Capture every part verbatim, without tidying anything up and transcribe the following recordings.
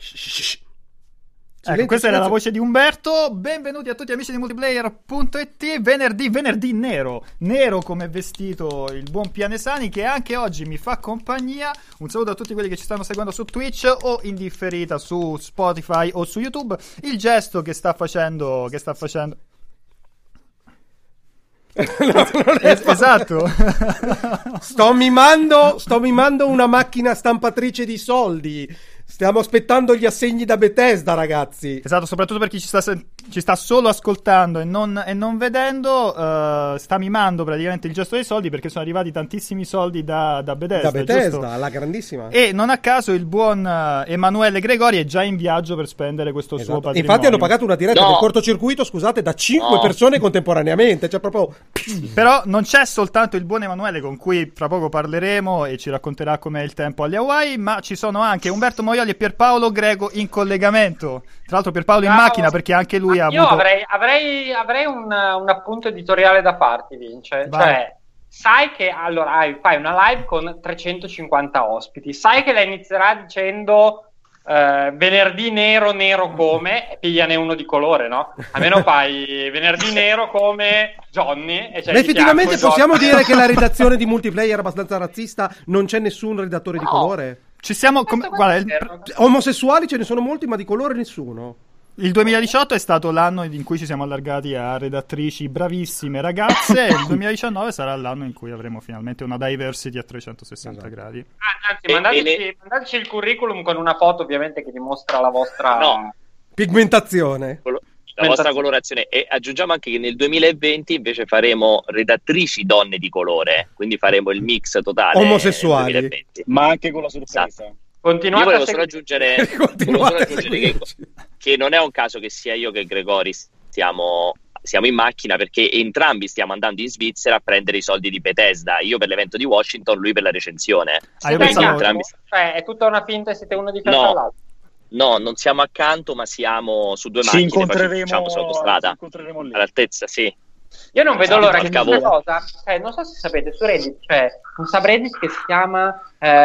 Ecco, questa era la voce di Umberto. Benvenuti a tutti amici di multiplayer punto it. Venerdì, venerdì nero, nero come vestito il buon Pianesani, che anche oggi mi fa compagnia. Un saluto a tutti quelli che ci stanno seguendo su Twitch o in differita su Spotify o su YouTube. Il gesto che sta facendo, che sta facendo no, es- esatto. sto mimando sto mimando una macchina stampatrice di soldi. Stiamo aspettando gli assegni da Bethesda, ragazzi. Esatto, soprattutto per chi ci sta, ci sta solo ascoltando e non, e non vedendo, uh, sta mimando praticamente il gesto dei soldi, perché sono arrivati tantissimi soldi da, da Bethesda. Da Bethesda, giusto? la grandissima. E non a caso il buon uh, Emanuele Gregori è già in viaggio per spendere questo esatto. suo patrimonio. Infatti hanno pagato una diretta no. del cortocircuito, scusate, da cinque no. persone contemporaneamente. Cioè proprio... Però non c'è soltanto il buon Emanuele, con cui fra poco parleremo e ci racconterà com'è il tempo alle Hawaii, ma ci sono anche Umberto Moioli e Pierpaolo Greco in collegamento. Tra l'altro Pierpaolo in Ciao. macchina, perché anche lui ha Io avuto... avrei, avrei, avrei un, un appunto editoriale da farti, Vince. Vai. Cioè, sai che allora hai, fai una live con trecentocinquanta ospiti, sai che la inizierà dicendo eh, venerdì nero, nero come, e pigliane uno di colore, no? Almeno fai venerdì nero come Johnny. E c'è Ma effettivamente possiamo Johnny. dire che la redazione di multiplayer è abbastanza razzista, non c'è nessun redattore No. di colore? Ci siamo... Com- guarda, il, Omosessuali ce ne sono molti, ma di colore nessuno. il duemiladiciotto è stato l'anno in cui ci siamo allargati a redattrici bravissime ragazze, e il duemiladiciannove sarà l'anno in cui avremo finalmente una diversity a trecentosessanta esatto. gradi. Ah, anzi, E- mandateci, e le- mandateci il curriculum con una foto ovviamente che dimostra la vostra... No. Pigmentazione. La vostra colorazione. E aggiungiamo anche che nel duemilaventi invece faremo redattrici donne di colore, quindi faremo il mix totale Omosessuali. nel duemilaventi. Ma anche con la sorpresa. Esatto. Continuate Io volevo a solo seguire- aggiungere, volevo solo Continuate a aggiungere che, seguirci. che non è un caso che sia io che Gregori stiamo, siamo in macchina, perché entrambi stiamo andando in Svizzera a prendere i soldi di Bethesda, io per l'evento di Washington, lui per la recensione. Ah, io Siete pensavo- accanto? Cioè, è tutta una finta e siete uno di fianco No. all'altro. No, non siamo accanto, ma siamo su due Ci macchine, poi ci incontreremo, facciamo ci sull'autostrada incontreremo lì. all'altezza, sì. Io non vedo Esatto, l'ora che porca questa boia. cosa, cioè, non so se sapete, su Reddit c'è un subreddit che si chiama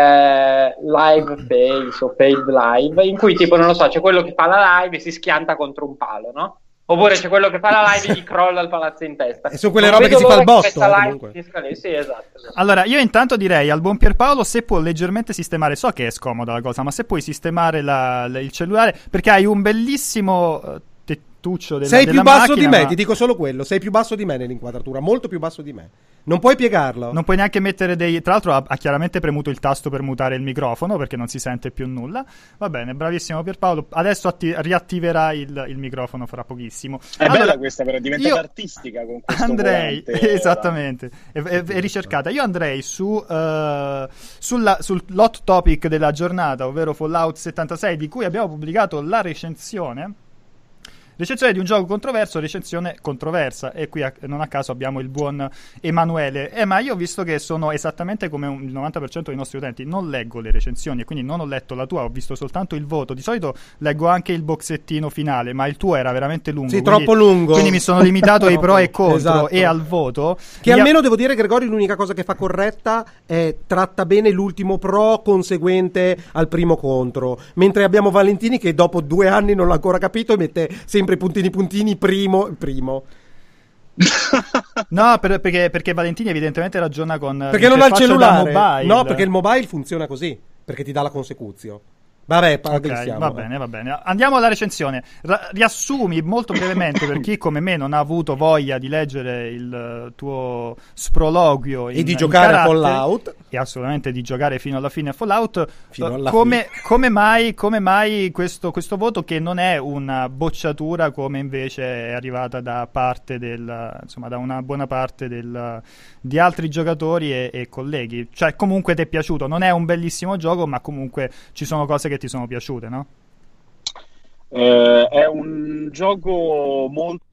eh, Live Fails o Failed Live, in cui tipo, non lo so, c'è quello che fa la live e si schianta contro un palo, no? Oppure c'è quello che fa la live e gli crolla il palazzo in testa. E sono quelle Non robe che vedo si fa l'ora al botto, questa eh, live comunque. finisca lì. Sì, esatto. Allora, io intanto direi al buon Pierpaolo se può leggermente sistemare, so che è scomoda la cosa, ma se puoi sistemare la- la- il cellulare, perché hai un bellissimo eh, tettuccio della, Sei della più basso macchina, di me, ma ti dico solo quello. Sei più basso di me nell'inquadratura, molto più basso di me. Non puoi piegarlo. non puoi neanche mettere dei... Tra l'altro ha, ha chiaramente premuto il tasto per mutare il microfono, perché non si sente più nulla. Va bene, bravissimo Pierpaolo. Adesso atti- riattiverà il, il microfono fra pochissimo. È Allora, bella questa, però è diventata io artistica con questo andrei, volante. esattamente, è, è- è ricercata. Io andrei su eh, sulla, sull'hot topic della giornata, ovvero Fallout settantasei, di cui abbiamo pubblicato la recensione. Recensione di un gioco controverso, recensione controversa, e qui a- non a caso abbiamo il buon Emanuele. Eh, ma io ho visto che sono esattamente come un- il novanta per cento dei nostri utenti, non leggo le recensioni e quindi non ho letto la tua, ho visto soltanto il voto. Di solito leggo anche il boxettino finale, ma il tuo era veramente lungo. Sì, quindi- troppo lungo. Quindi mi sono limitato ai pro e contro Esatto. e al voto. Che Io- almeno devo dire, Gregori, l'unica cosa che fa corretta è tratta bene l'ultimo pro conseguente al primo contro. Mentre abbiamo Valentini che dopo due anni non l'ha ancora capito e mette sempre puntini puntini primo primo. No, per- perché, perché Valentini evidentemente ragiona con Perché non ha il l'interfaccia da cellulare. mobile. No, perché il mobile funziona così. Perché ti dà la consecuzione. Vabbè, Ok, pensiamo. va bene, va bene. Andiamo alla recensione. Ra- riassumi molto brevemente, per chi come me non ha avuto voglia di leggere il uh, tuo sproloquio E in- di in giocare a caratteri, Fallout. e assolutamente di giocare fino alla fine a Fallout. Fino uh, alla come, come mai, come mai questo, questo voto, che non è una bocciatura come invece è arrivata da parte del, insomma, da una buona parte del, di altri giocatori e, e colleghi? Cioè, comunque ti è piaciuto, non è un bellissimo gioco, ma comunque ci sono cose che ti sono piaciute, no? Eh, è un gioco molto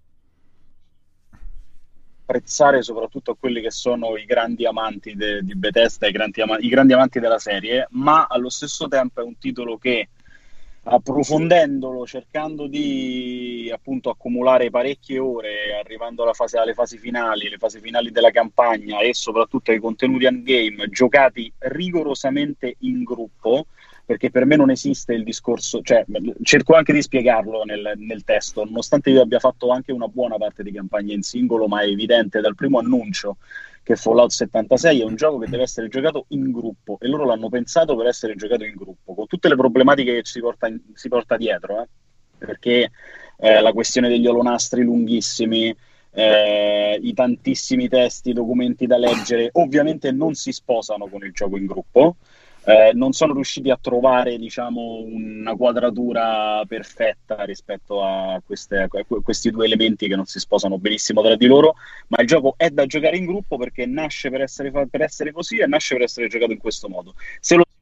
apprezzare soprattutto a quelli che sono i grandi amanti de- di Bethesda, i grandi, ama- i grandi amanti della serie, ma allo stesso tempo è un titolo che approfondendolo, cercando di appunto accumulare parecchie ore, arrivando alla fase, alle fasi finali, le fasi finali della campagna e soprattutto ai contenuti endgame giocati rigorosamente in gruppo, perché per me non esiste il discorso, cioè cerco anche di spiegarlo nel, nel testo, nonostante io abbia fatto anche una buona parte di campagna in singolo, ma è evidente dal primo annuncio che Fallout settantasei è un gioco che deve essere giocato in gruppo, e loro l'hanno pensato per essere giocato in gruppo, con tutte le problematiche che si porta, in, si porta dietro, eh? Perché eh, la questione degli olonastri lunghissimi, eh, i tantissimi testi, documenti da leggere, ovviamente non si sposano con il gioco in gruppo. Eh, non sono riusciti a trovare, diciamo, una quadratura perfetta rispetto a, queste, a questi due elementi che non si sposano benissimo tra di loro, ma il gioco è da giocare in gruppo perché nasce per essere, per essere così e nasce per essere giocato in questo modo. Se lo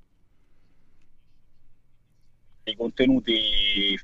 i contenuti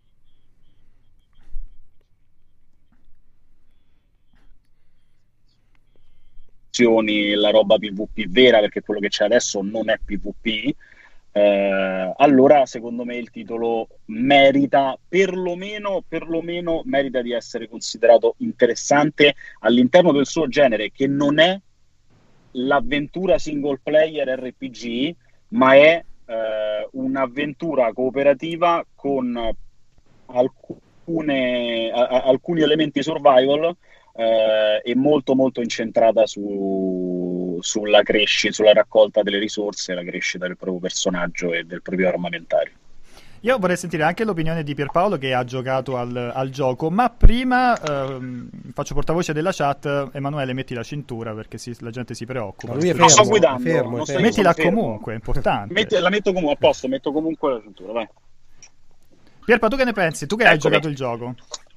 la roba PvP vera, perché quello che c'è adesso non è PvP, eh, allora secondo me il titolo merita perlomeno, perlomeno merita di essere considerato interessante all'interno del suo genere, che non è l'avventura single player R P G, ma è eh, un'avventura cooperativa con alcune, a, alcuni elementi survival, eh, e molto molto incentrata su, sulla crescita, sulla raccolta delle risorse, la crescita del proprio personaggio e del proprio armamentario. Io vorrei sentire anche l'opinione di Pierpaolo, che ha giocato al, al gioco, ma prima ehm, faccio portavoce della chat. Emanuele, metti la cintura perché si, la gente si preoccupa. Ma lui è Non fermo, sto guidando, è fermo, non è sto- fermo. Mettila fermo. comunque, è importante. Metti- la metto comunque a posto, metto comunque la cintura, vai. Pierpa, tu che ne pensi? Tu che hai Eccomi. giocato il gioco?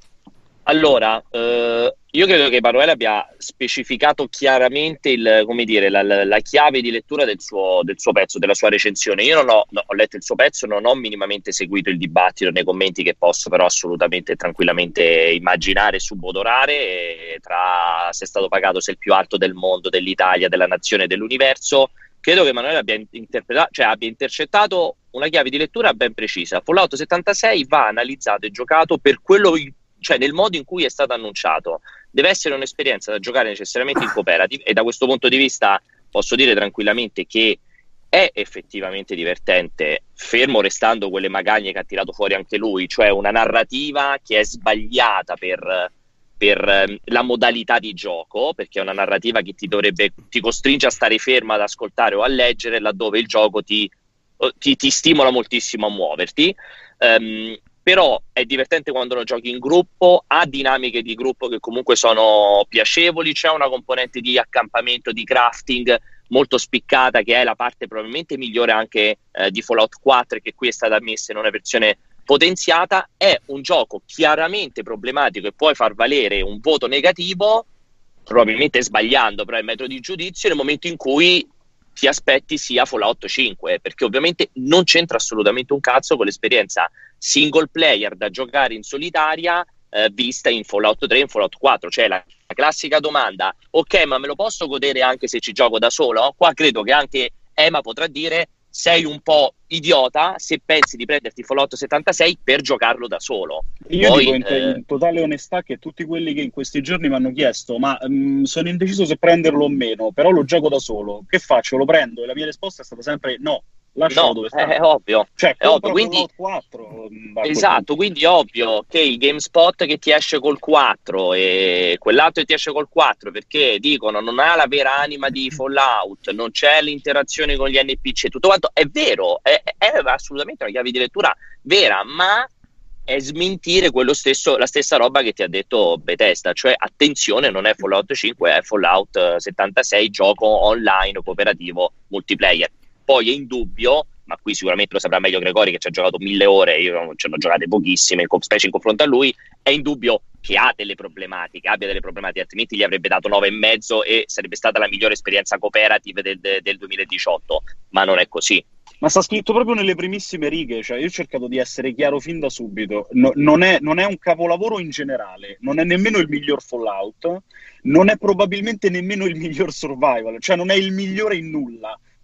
Allora, eh, io credo che Emanuele abbia specificato chiaramente il, come dire, la, la- la chiave di lettura del suo, del suo pezzo, della sua recensione. Io non ho, no, ho letto il suo pezzo, non ho minimamente seguito il dibattito nei commenti, che posso però assolutamente e tranquillamente immaginare e subodorare, e tra se è stato pagato, se è il più alto del mondo, dell'Italia, della nazione, dell'universo. Credo che Emanuele abbia interpretato, cioè abbia intercettato una chiave di lettura ben precisa. Fallout settantasei va analizzato e giocato per quello in- cioè nel modo in cui è stato annunciato. Deve essere un'esperienza da giocare necessariamente in cooperative, e da questo punto di vista posso dire tranquillamente che è effettivamente divertente, fermo restando quelle magagne che ha tirato fuori anche lui, cioè una narrativa che è sbagliata per, per ehm, la modalità di gioco, perché è una narrativa che ti dovrebbe, ti costringe a stare ferma ad ascoltare o a leggere, laddove il gioco ti, ti, ti stimola moltissimo a muoverti. Ehm, però è divertente quando lo giochi in gruppo, ha dinamiche di gruppo che comunque sono piacevoli, c'è una componente di accampamento, di crafting molto spiccata, che è la parte probabilmente migliore anche eh, di Fallout quattro, e che qui è stata ammessa in una versione potenziata. È un gioco chiaramente problematico e puoi far valere un voto negativo, probabilmente sbagliando però il metodo di giudizio, nel momento in cui ti aspetti sia Fallout cinque, perché ovviamente non c'entra assolutamente un cazzo con l'esperienza single player da giocare in solitaria eh, vista in Fallout tre e in Fallout quattro. Cioè la, la classica domanda: ok, ma me lo posso godere anche se ci gioco da solo? Qua credo che anche Ema potrà dire: sei un po' idiota se pensi di prenderti Fallout settantasei per giocarlo da solo. Io Poi, dico in, eh, in totale onestà che tutti quelli che in questi giorni mi hanno chiesto ma mh, sono indeciso se prenderlo o meno, però lo gioco da solo, che faccio? Lo prendo? E la mia risposta è stata sempre no, lascialo no, dove sta. è ovvio. Cioè, È ovvio, compra quindi Fallout quattro. mh, va a quel esatto, punto. quindi è ovvio che il GameSpot che ti esce col quattro e quell'altro che ti esce col quattro, perché dicono non ha la vera anima di Fallout, non c'è l'interazione con gli N P C, tutto quanto è vero, è, è assolutamente una chiave di lettura vera, ma è smentire quello stesso, la stessa roba che ti ha detto Bethesda, cioè attenzione, non è Fallout cinque, è Fallout settantasei, gioco online, cooperativo, multiplayer. Poi è indubbio, ma qui sicuramente lo saprà meglio Gregori che ci ha giocato mille ore, io ce ne ho giocate pochissime, specie in confronto a lui, è indubbio che ha delle problematiche, abbia delle problematiche, altrimenti gli avrebbe dato nove e mezzo e sarebbe stata la migliore esperienza cooperative del, del duemiladiciotto, ma non è così. Ma sta scritto proprio nelle primissime righe, cioè io ho cercato di essere chiaro fin da subito. No, non, è, non è un capolavoro in generale, non è nemmeno il miglior Fallout, non è probabilmente nemmeno il miglior survival, cioè non è il migliore in nulla,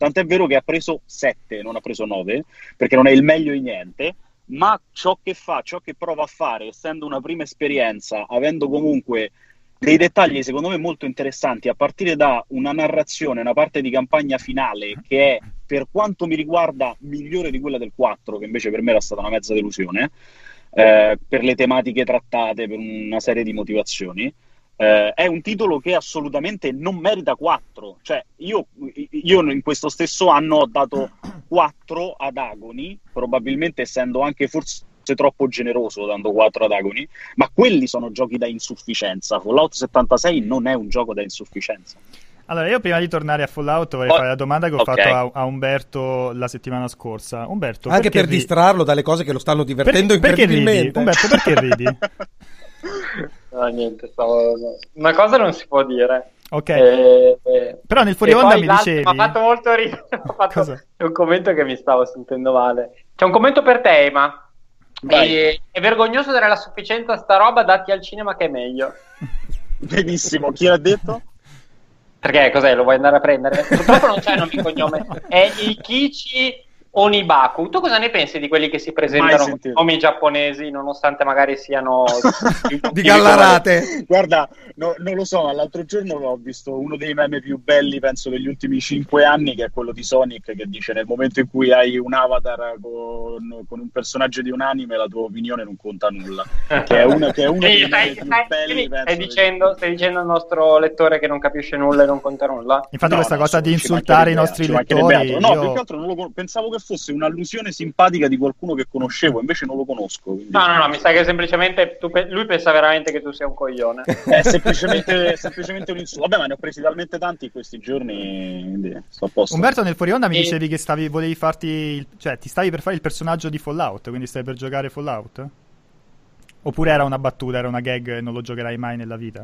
tant'è vero che ha preso sette, non ha preso nove, perché non è il meglio di niente, ma ciò che fa, ciò che prova a fare, essendo una prima esperienza, avendo comunque dei dettagli secondo me molto interessanti, a partire da una narrazione, una parte di campagna finale che è, per quanto mi riguarda, migliore di quella del quattro, che invece per me era stata una mezza delusione, eh, per le tematiche trattate, per una serie di motivazioni. Eh, è un titolo che assolutamente non merita quattro, cioè io, io in questo stesso anno ho dato quattro ad Agony, probabilmente essendo anche forse troppo generoso dando quattro ad Agony, ma quelli sono giochi da insufficienza. Fallout settantasei non è un gioco da insufficienza. Allora, io prima di tornare a Fallout vorrei Oh, fare la domanda che ho okay. fatto a, a Umberto la settimana scorsa. Umberto, Anche per ridi? distrarlo dalle cose che lo stanno divertendo Per- perché ridi? incredibilmente. Umberto, perché ridi? No, niente, stavo... una cosa non si può dire. Ok. Eh, eh, Però nel fuori e onda poi mi l'altro dicevi... mi ha fatto molto ridere. Ho fatto Cosa? un commento che mi stavo sentendo male. C'è un commento per te, Ema. E, è vergognoso dare la sufficienza a sta roba, dati al cinema che è meglio. Benissimo, chi l'ha detto? Perché cos'è? Lo vuoi andare a prendere? Purtroppo non c'è nome e cognome. È il Kichi Onibaku. Tu cosa ne pensi di quelli che si presentano con nomi giapponesi, nonostante magari siano di Gallarate? Guarda, no, non lo so, ma l'altro giorno ho visto uno dei meme più belli, penso, degli ultimi cinque anni, che è quello di Sonic, che dice: nel momento in cui hai un avatar con, con un personaggio di un anime, la tua opinione non conta nulla. Che è uno, che è uno dei meme più stai, belli, penso, stai, dicendo, stai dicendo al nostro lettore che non capisce nulla e non conta nulla? Infatti No, questa no, cosa ci di insultare i mancherebbe nostri altro, ci mancherebbe lettori... altro. No, io- più che altro non lo con- pensavo che fosse un'allusione simpatica di qualcuno che conoscevo, invece non lo conosco. Quindi... No, no, no, mi sa che semplicemente tu pe- lui pensa veramente che tu sia un coglione. È semplicemente, semplicemente un insulto. Vabbè, ma ne ho presi talmente tanti in questi giorni, quindi sto a posto. Umberto, nel fuori onda mi E- dicevi che stavi, volevi farti... il- cioè, ti stavi per fare il personaggio di Fallout, quindi stai per giocare Fallout? Oppure era una battuta, era una gag e non lo giocherai mai nella vita?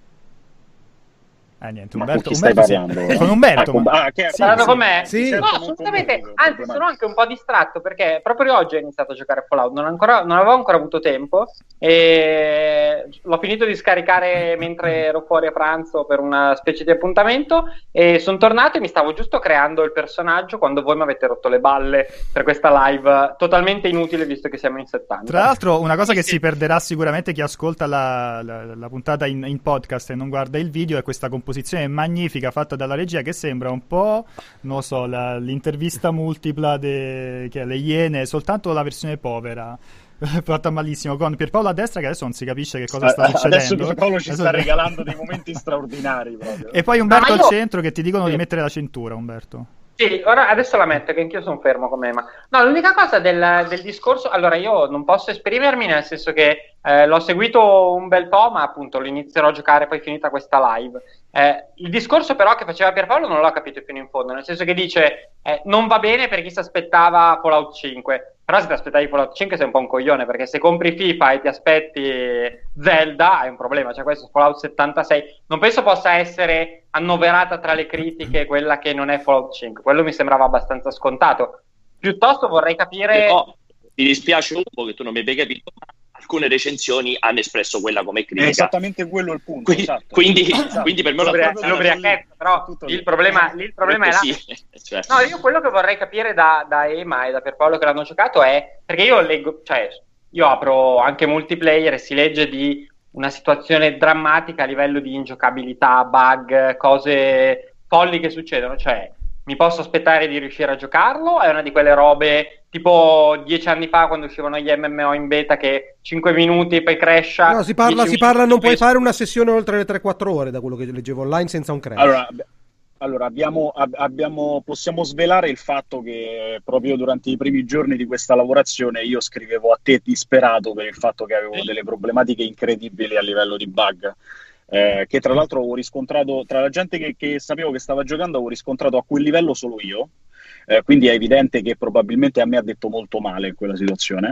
Eh, niente, Ma Umberto... con chi stai Umberto sì. parlando? Con Umberto, Ah, con- ma... ah, che- Sì, Parlando sì. con me? Sì. Certo, No, non assolutamente, con me, anzi con me. sono anche un po' distratto perché proprio oggi ho iniziato a giocare a Fallout, non, ancora, non avevo ancora avuto tempo e l'ho finito di scaricare mentre ero fuori a pranzo per una specie di appuntamento e sono tornato e mi stavo giusto creando il personaggio quando voi mi avete rotto le balle per questa live totalmente inutile visto che siamo in settanta. Tra l'altro, una cosa che Sì. si perderà sicuramente chi ascolta la, la- la puntata in, in podcast e non guarda il video è questa composizione magnifica fatta dalla regia che sembra un po', non lo so, la- l'intervista multipla de, che è le Iene, soltanto la versione povera. Fatta malissimo con Pierpaolo a destra che adesso non si capisce che cosa sta succedendo. Adesso Pierpaolo ci sta Adesso- regalando dei momenti straordinari proprio. E poi Umberto Ma al io- centro che ti dicono Sì. di mettere la cintura, Umberto. Sì, ora adesso la metto che anch'io sono fermo come Ema. No, l'unica cosa del, del discorso, allora io non posso esprimermi nel senso che eh, l'ho seguito un bel po', ma appunto lo inizierò a giocare poi finita questa live. Eh, il discorso però che faceva Pierpaolo non l'ho capito fino in fondo, nel senso che dice eh, non va bene per chi si aspettava Fallout cinque, però se ti aspettavi Fallout cinque sei un po' un coglione, perché se compri FIFA e ti aspetti Zelda hai un problema, cioè questo è Fallout settantasei, non penso possa essere annoverata tra le critiche quella che non è Fallout cinque, quello mi sembrava abbastanza scontato. Piuttosto vorrei capire... Però mi dispiace un po' che tu non mi abbia capito, ma alcune recensioni hanno espresso quella come È critica. esattamente quello il punto. Quindi, esatto. quindi, Esatto. quindi per me la L'ubria- proprio l'ubriachezza, però tutto lì lì. il problema, lì il problema è là. Sì, cioè. No, io quello che vorrei capire da, da Ema e da Pierpaolo che l'hanno giocato è, perché io leggo, cioè io apro anche multiplayer e si legge di una situazione drammatica a livello di ingiocabilità, bug, cose folli che succedono, cioè mi posso aspettare di riuscire a giocarlo? È una di quelle robe tipo dieci anni fa quando uscivano gli M M O in beta che cinque minuti e poi crasha. No, si parla, dieci si parla, non puoi minuti, fare una sessione oltre le tre quattro ore, da quello che leggevo online, senza un crash. Allora, allora abbiamo, ab- abbiamo, possiamo svelare il fatto che proprio durante i primi giorni di questa lavorazione io scrivevo a te disperato per il fatto che avevo delle problematiche incredibili a livello di bug. Eh, che tra l'altro avevo riscontrato tra la gente che, che sapevo che stava giocando, avevo riscontrato a quel livello solo io, eh, quindi è evidente che probabilmente a me ha detto molto male in quella situazione.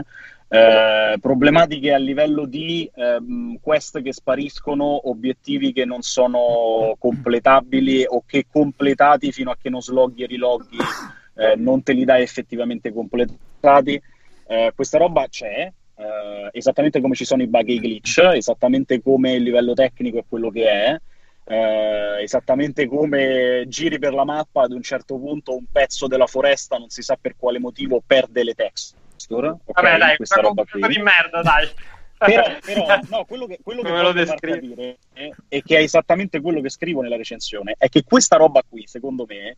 Eh, problematiche a livello di ehm, quest che spariscono, obiettivi che non sono completabili o che completati fino a che non sloghi e riloghi eh, non te li dai effettivamente completati. Eh, questa roba c'è. Uh, esattamente come ci sono i bug e i glitch, esattamente come il livello tecnico è quello che è. eh, esattamente come giri per la mappa, ad un certo punto un pezzo della foresta, non si sa per quale motivo, perde le texture. Okay? Vabbè dai, questa roba qui di merda, dai. Però, però no, quello che, quello che voglio far capire è, è che è esattamente quello che scrivo nella recensione, è che questa roba qui, secondo me,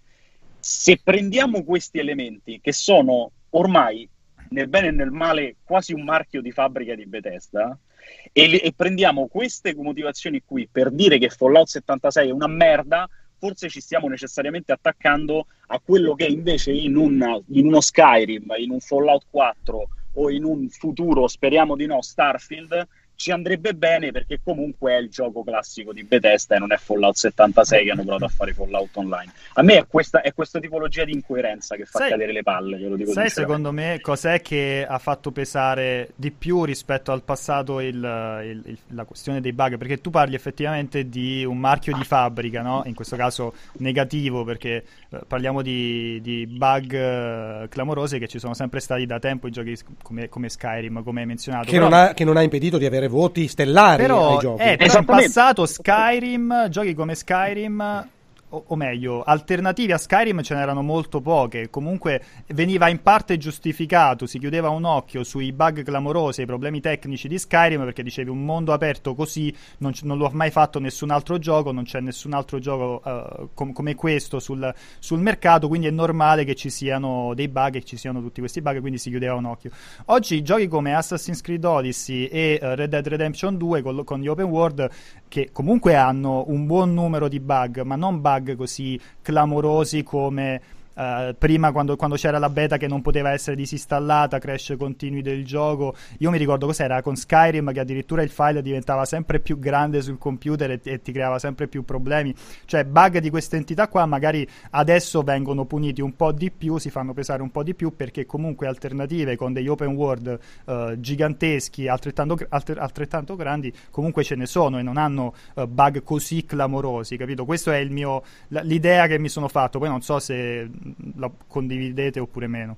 se prendiamo questi elementi che sono ormai nel bene e nel male quasi un marchio di fabbrica di Bethesda, e, e prendiamo queste motivazioni qui per dire che Fallout settantasei è una merda, forse ci stiamo necessariamente attaccando a quello che invece in, un, in uno Skyrim, in un Fallout quattro o in un futuro, speriamo di no, Starfield, ci andrebbe bene, perché comunque è il gioco classico di Bethesda e non è Fallout settantasei che hanno provato a fare Fallout Online. A me è questa, è questa tipologia di incoerenza che fa sai, cadere le palle, ve lo dico sai sinceramente. Secondo me cos'è che ha fatto pesare di più rispetto al passato il, il, il, la questione dei bug? Perché tu parli effettivamente di un marchio di fabbrica, no? In questo caso negativo, perché eh, parliamo di, di bug eh, clamorosi che ci sono sempre stati da tempo in giochi come, come Skyrim, come hai menzionato. Che, Però, non ha, che non ha impedito di avere voti stellari però, ai giochi. eh, però in passato Skyrim, giochi come Skyrim, o, o meglio, alternativi a Skyrim ce n'erano molto poche. Comunque veniva in parte giustificato, si chiudeva un occhio sui bug clamorosi e i problemi tecnici di Skyrim, perché dicevi un mondo aperto così non, non lo ha mai fatto nessun altro gioco, non c'è nessun altro gioco uh, com- come questo sul, sul mercato, quindi è normale che ci siano dei bug e ci siano tutti questi bug, quindi si chiudeva un occhio. Oggi giochi come Assassin's Creed Odyssey e uh, Red Dead Redemption due con, con gli open world, che comunque hanno un buon numero di bug, ma non bug così clamorosi come uh, prima quando, quando c'era la beta che non poteva essere disinstallata, crash continui del gioco. Io mi ricordo cos'era con Skyrim, che addirittura il file diventava sempre più grande sul computer e, e ti creava sempre più problemi. Cioè bug di questa entità qua magari adesso vengono puniti un po' di più, si fanno pesare un po' di più, perché comunque alternative con degli open world uh, giganteschi altrettanto, altre, altrettanto grandi comunque ce ne sono e non hanno uh, bug così clamorosi, capito? Questo è il mio, l- l'idea che mi sono fatto, poi non so se la condividete oppure meno.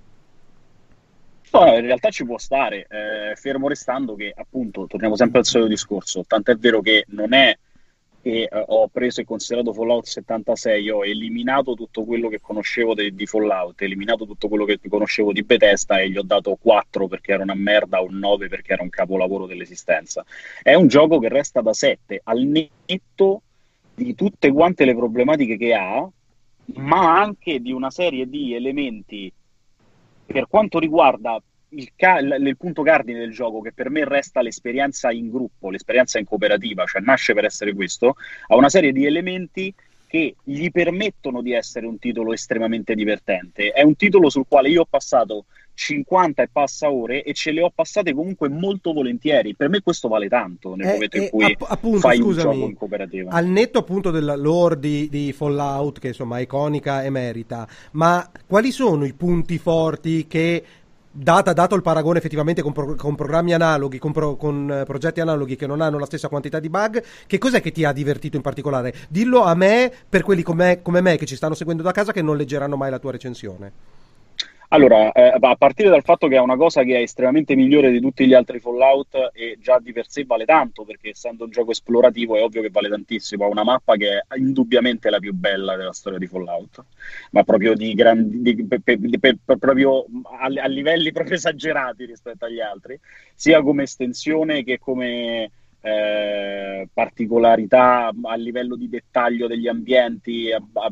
No, in realtà ci può stare, eh, fermo restando che appunto torniamo sempre al solito discorso, tant'è vero che non è che eh, ho preso e considerato Fallout settantasei, ho eliminato tutto quello che conoscevo de- di Fallout, eliminato tutto quello che conoscevo di Bethesda e gli ho dato quattro perché era una merda o nove perché era un capolavoro dell'esistenza. È un gioco che resta da sette, al netto di tutte quante le problematiche che ha, ma anche di una serie di elementi per quanto riguarda il, ca- il punto cardine del gioco, che per me resta l'esperienza in gruppo, l'esperienza in cooperativa, cioè nasce per essere questo, ha una serie di elementi che gli permettono di essere un titolo estremamente divertente. È un titolo sul quale io ho passato cinquanta e passa ore e ce le ho passate comunque molto volentieri. Per me questo vale tanto nel Eh, momento in eh, cui app- appunto, fai scusami, un gioco in cooperativa. Al netto appunto della lore di, di Fallout, che insomma è iconica e merita, ma quali sono i punti forti che, data, dato il paragone effettivamente con, pro, con programmi analoghi, con, pro, con uh, progetti analoghi che non hanno la stessa quantità di bug, che cos'è che ti ha divertito in particolare? Dillo a me, per quelli come, come me che ci stanno seguendo da casa, che non leggeranno mai la tua recensione. Allora, eh, a partire dal fatto che è una cosa che è estremamente migliore di tutti gli altri Fallout e già di per sé vale tanto, perché essendo un gioco esplorativo è ovvio che vale tantissimo, ha una mappa che è indubbiamente la più bella della storia di Fallout, ma proprio di grandi, di, pe, pe, pe, pe, proprio a, a livelli proprio esagerati rispetto agli altri, sia come estensione che come Eh, particolarità a livello di dettaglio degli ambienti, a, a,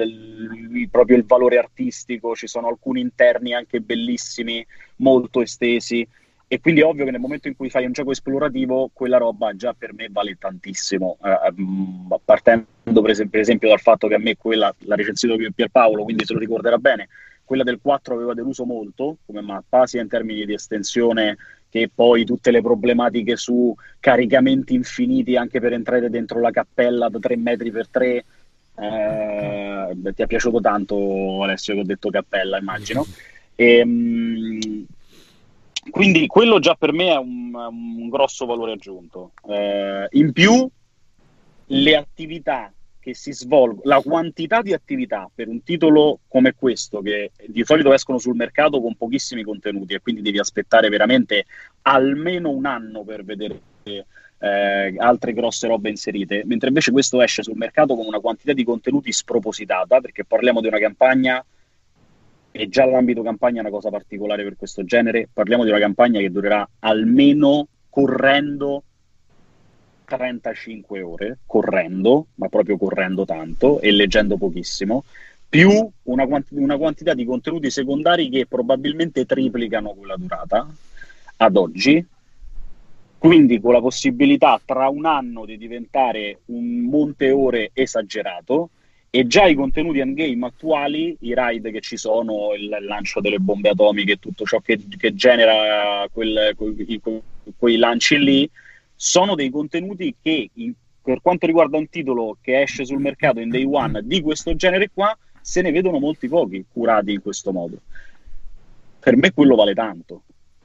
l, proprio il valore artistico. Ci sono alcuni interni anche bellissimi, molto estesi, e quindi è ovvio che nel momento in cui fai un gioco esplorativo quella roba già per me vale tantissimo, eh, partendo per esempio, per esempio dal fatto che a me quella l'ha recensito Pierpaolo, quindi se lo ricorderà bene, quella del quattro aveva deluso molto come mappa, sia in termini di estensione che poi tutte le problematiche su caricamenti infiniti anche per entrare dentro la cappella da tre metri per tre. Eh, ti è piaciuto tanto, Alessio, che ho detto cappella, immagino. E, mh, quindi quello già per me è un, un grosso valore aggiunto. Eh, in più, le attività che si svolgono, la quantità di attività per un titolo come questo, che di solito escono sul mercato con pochissimi contenuti e quindi devi aspettare veramente almeno un anno per vedere eh, eh, altre grosse robe inserite, mentre invece questo esce sul mercato con una quantità di contenuti spropositata, perché parliamo di una campagna, e già l'ambito campagna è una cosa particolare per questo genere, parliamo di una campagna che durerà almeno correndo trentacinque ore, correndo, ma proprio correndo tanto e leggendo pochissimo, più una, quant- una quantità di contenuti secondari che probabilmente triplicano quella durata ad oggi, quindi con la possibilità tra un anno di diventare un monte ore esagerato. E già i contenuti endgame attuali, i raid che ci sono, il lancio delle bombe atomiche, tutto ciò che, che genera quel, quei, quei lanci lì, sono dei contenuti che, in, per quanto riguarda un titolo che esce sul mercato in day one di questo genere qua, se ne vedono molti pochi curati in questo modo. Per me quello vale tanto.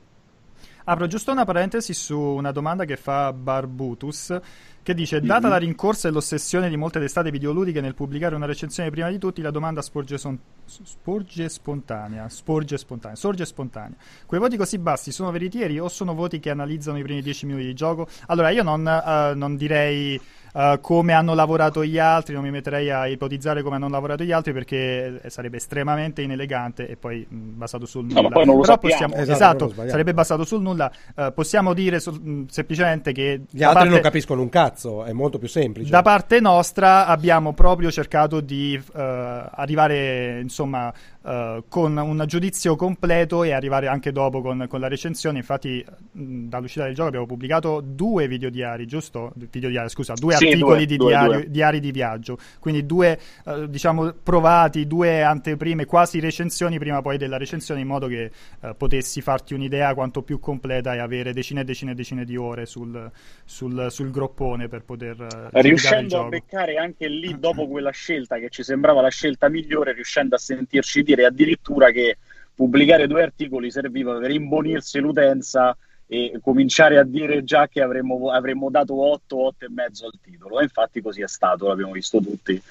Apro giusto una parentesi su una domanda che fa Barbutus, che dice: data la rincorsa e l'ossessione di molte testate videoludiche nel pubblicare una recensione prima di tutti, la domanda sporge, son- sporge spontanea sporge spontanea sorge spontanea. Quei voti così bassi sono veritieri o sono voti che analizzano i primi dieci minuti di gioco? Allora io non, uh, non direi Uh, come hanno lavorato gli altri, non mi metterei a ipotizzare come hanno lavorato gli altri, perché sarebbe estremamente inelegante e poi mh, basato sul nulla. No, ma poi non lo Però sappiamo. possiamo, Esatto, esatto, sarebbe basato sul nulla. Uh, possiamo dire so- mh, semplicemente che gli altri parte, non capiscono un cazzo, è molto più semplice. Da parte nostra abbiamo proprio cercato di uh, arrivare, insomma, uh, con un giudizio completo e arrivare anche dopo con, con la recensione. Infatti mh, dall'uscita del gioco abbiamo pubblicato due video diari, giusto? Video diari, scusa, due Sì, articoli due, di due, diario, due. diari di viaggio, quindi due eh, diciamo provati, due anteprime, quasi recensioni prima poi della recensione, in modo che eh, potessi farti un'idea quanto più completa e avere decine e decine e decine di ore sul, sul, sul groppone per poter eh, giudicare il riuscendo gioco. a beccare anche lì, dopo quella scelta che ci sembrava la scelta migliore, riuscendo a sentirci dire addirittura che pubblicare due articoli serviva per imbonirsi l'utenza e cominciare a dire già che avremmo, avremmo dato otto, otto e mezzo al titolo, e infatti così è stato, l'abbiamo visto tutti.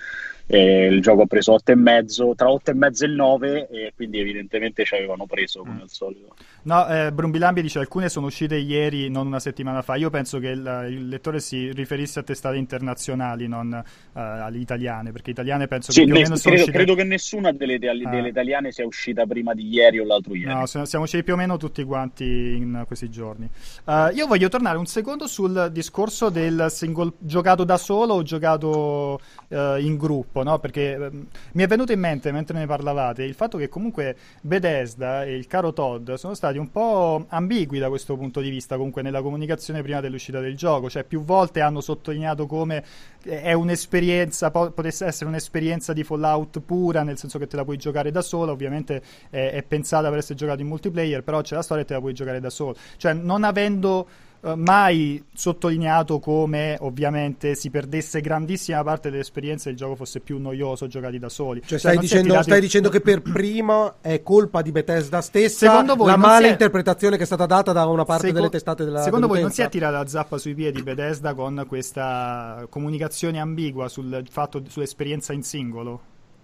E il gioco ha preso otto e mezzo, tra otto e mezzo e il nove, e quindi evidentemente ci avevano preso come mm. al solito. No, eh, Brumbilambi dice: alcune sono uscite ieri, non una settimana fa. Io penso che il, il lettore si riferisse a testate internazionali, non uh, alle italiane, perché italiane penso sì, che più ne, o meno sono credo, uscite... credo che nessuna delle, delle ah. italiane sia uscita prima di ieri o l'altro ieri. No, siamo usciti più o meno tutti quanti in questi giorni. Uh, io voglio tornare un secondo sul discorso del single giocato da solo o giocato uh, in gruppo, no? Perché uh, mi è venuto in mente mentre ne parlavate il fatto che comunque Bethesda e il caro Todd sono stati un po' ambigui da questo punto di vista, comunque nella comunicazione prima dell'uscita del gioco, cioè più volte hanno sottolineato come è un'esperienza, po- potesse essere un'esperienza di Fallout pura, nel senso che te la puoi giocare da sola, ovviamente è, è pensata per essere giocato in multiplayer, però c'è la storia e te la puoi giocare da solo, cioè non avendo Uh, mai sottolineato come ovviamente si perdesse grandissima parte dell'esperienza e il gioco fosse più noioso giocati da soli. Cioè, cioè stai, dicendo, tirato... stai dicendo che per prima è colpa di Bethesda stessa secondo voi la è... mala interpretazione che è stata data da una parte Seco... delle testate della secondo voi non dell'utenza? si è tirata la zappa sui piedi Bethesda con questa comunicazione ambigua sul fatto sull'esperienza in singolo?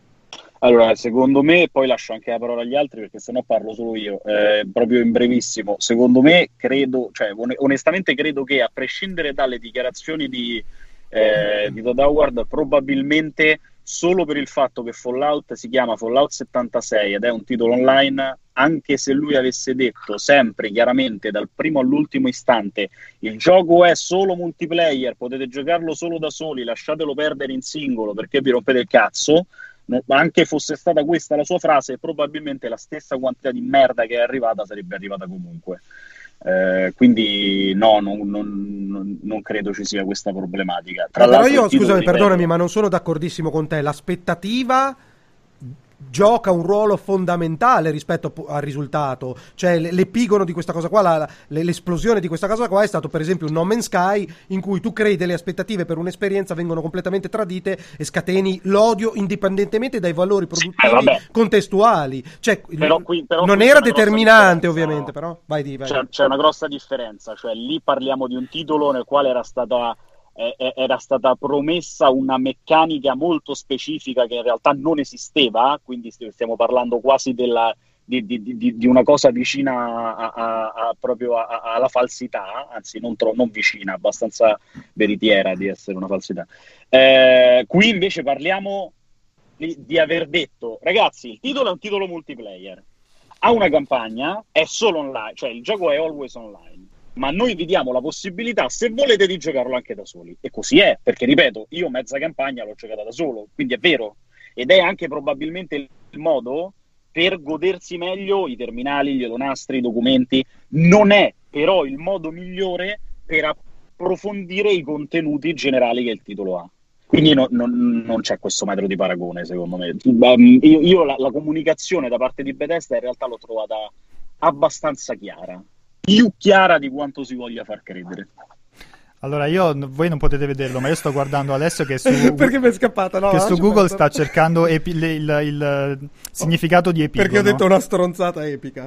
Allora, secondo me, poi lascio anche la parola agli altri perché sennò parlo solo io, eh, proprio in brevissimo. Secondo me, credo, cioè on- onestamente credo che a prescindere dalle dichiarazioni di, eh, di Todd Howard, probabilmente solo per il fatto che Fallout si chiama Fallout settantasei ed è un titolo online, anche se lui avesse detto sempre chiaramente dal primo all'ultimo istante il gioco è solo multiplayer, potete giocarlo solo da soli, lasciatelo perdere in singolo perché vi rompete il cazzo, no, anche fosse stata questa la sua frase, probabilmente la stessa quantità di merda che è arrivata sarebbe arrivata comunque. Eh, quindi no, non, non, non credo ci sia questa problematica. Tra no, l'altro, però io, scusami, ripeto, perdonami, ma non sono d'accordissimo con te. L'aspettativa gioca un ruolo fondamentale rispetto al risultato, cioè l'epigono di questa cosa qua, la, l'esplosione di questa cosa qua è stato per esempio un No Man's Sky in cui tu crei delle aspettative per un'esperienza, vengono completamente tradite e scateni l'odio indipendentemente dai valori produttivi eh, contestuali, cioè però qui, però non qui era determinante ovviamente, no? Però vai di vai. C'è, c'è una grossa differenza, cioè lì parliamo di un titolo nel quale era stata era stata promessa una meccanica molto specifica che in realtà non esisteva, quindi stiamo parlando quasi della, di, di, di, di una cosa vicina a, a, a proprio a, a, alla falsità, anzi non, tro- non vicina, abbastanza veritiera di essere una falsità. Eh, qui invece parliamo di, di aver detto, ragazzi, il titolo è un titolo multiplayer, ha una campagna, è solo online, cioè il gioco è always online, ma noi vi diamo la possibilità, se volete, di giocarlo anche da soli. E così è, perché ripeto, io mezza campagna l'ho giocata da solo, quindi è vero, ed è anche probabilmente il modo per godersi meglio i terminali, gli olonastri, i documenti. Non è però il modo migliore per approfondire i contenuti generali che il titolo ha. Quindi no, non, non c'è questo metro di paragone, secondo me. Io, io la, la comunicazione da parte di Bethesda in realtà l'ho trovata abbastanza chiara, più chiara di quanto si voglia far credere. Allora, io, voi non potete vederlo, ma io sto guardando adesso che su, perché mi è scappata, no? che su Google penso. sta cercando epi, il, il, il significato di epigono. Perché ho detto una stronzata epica.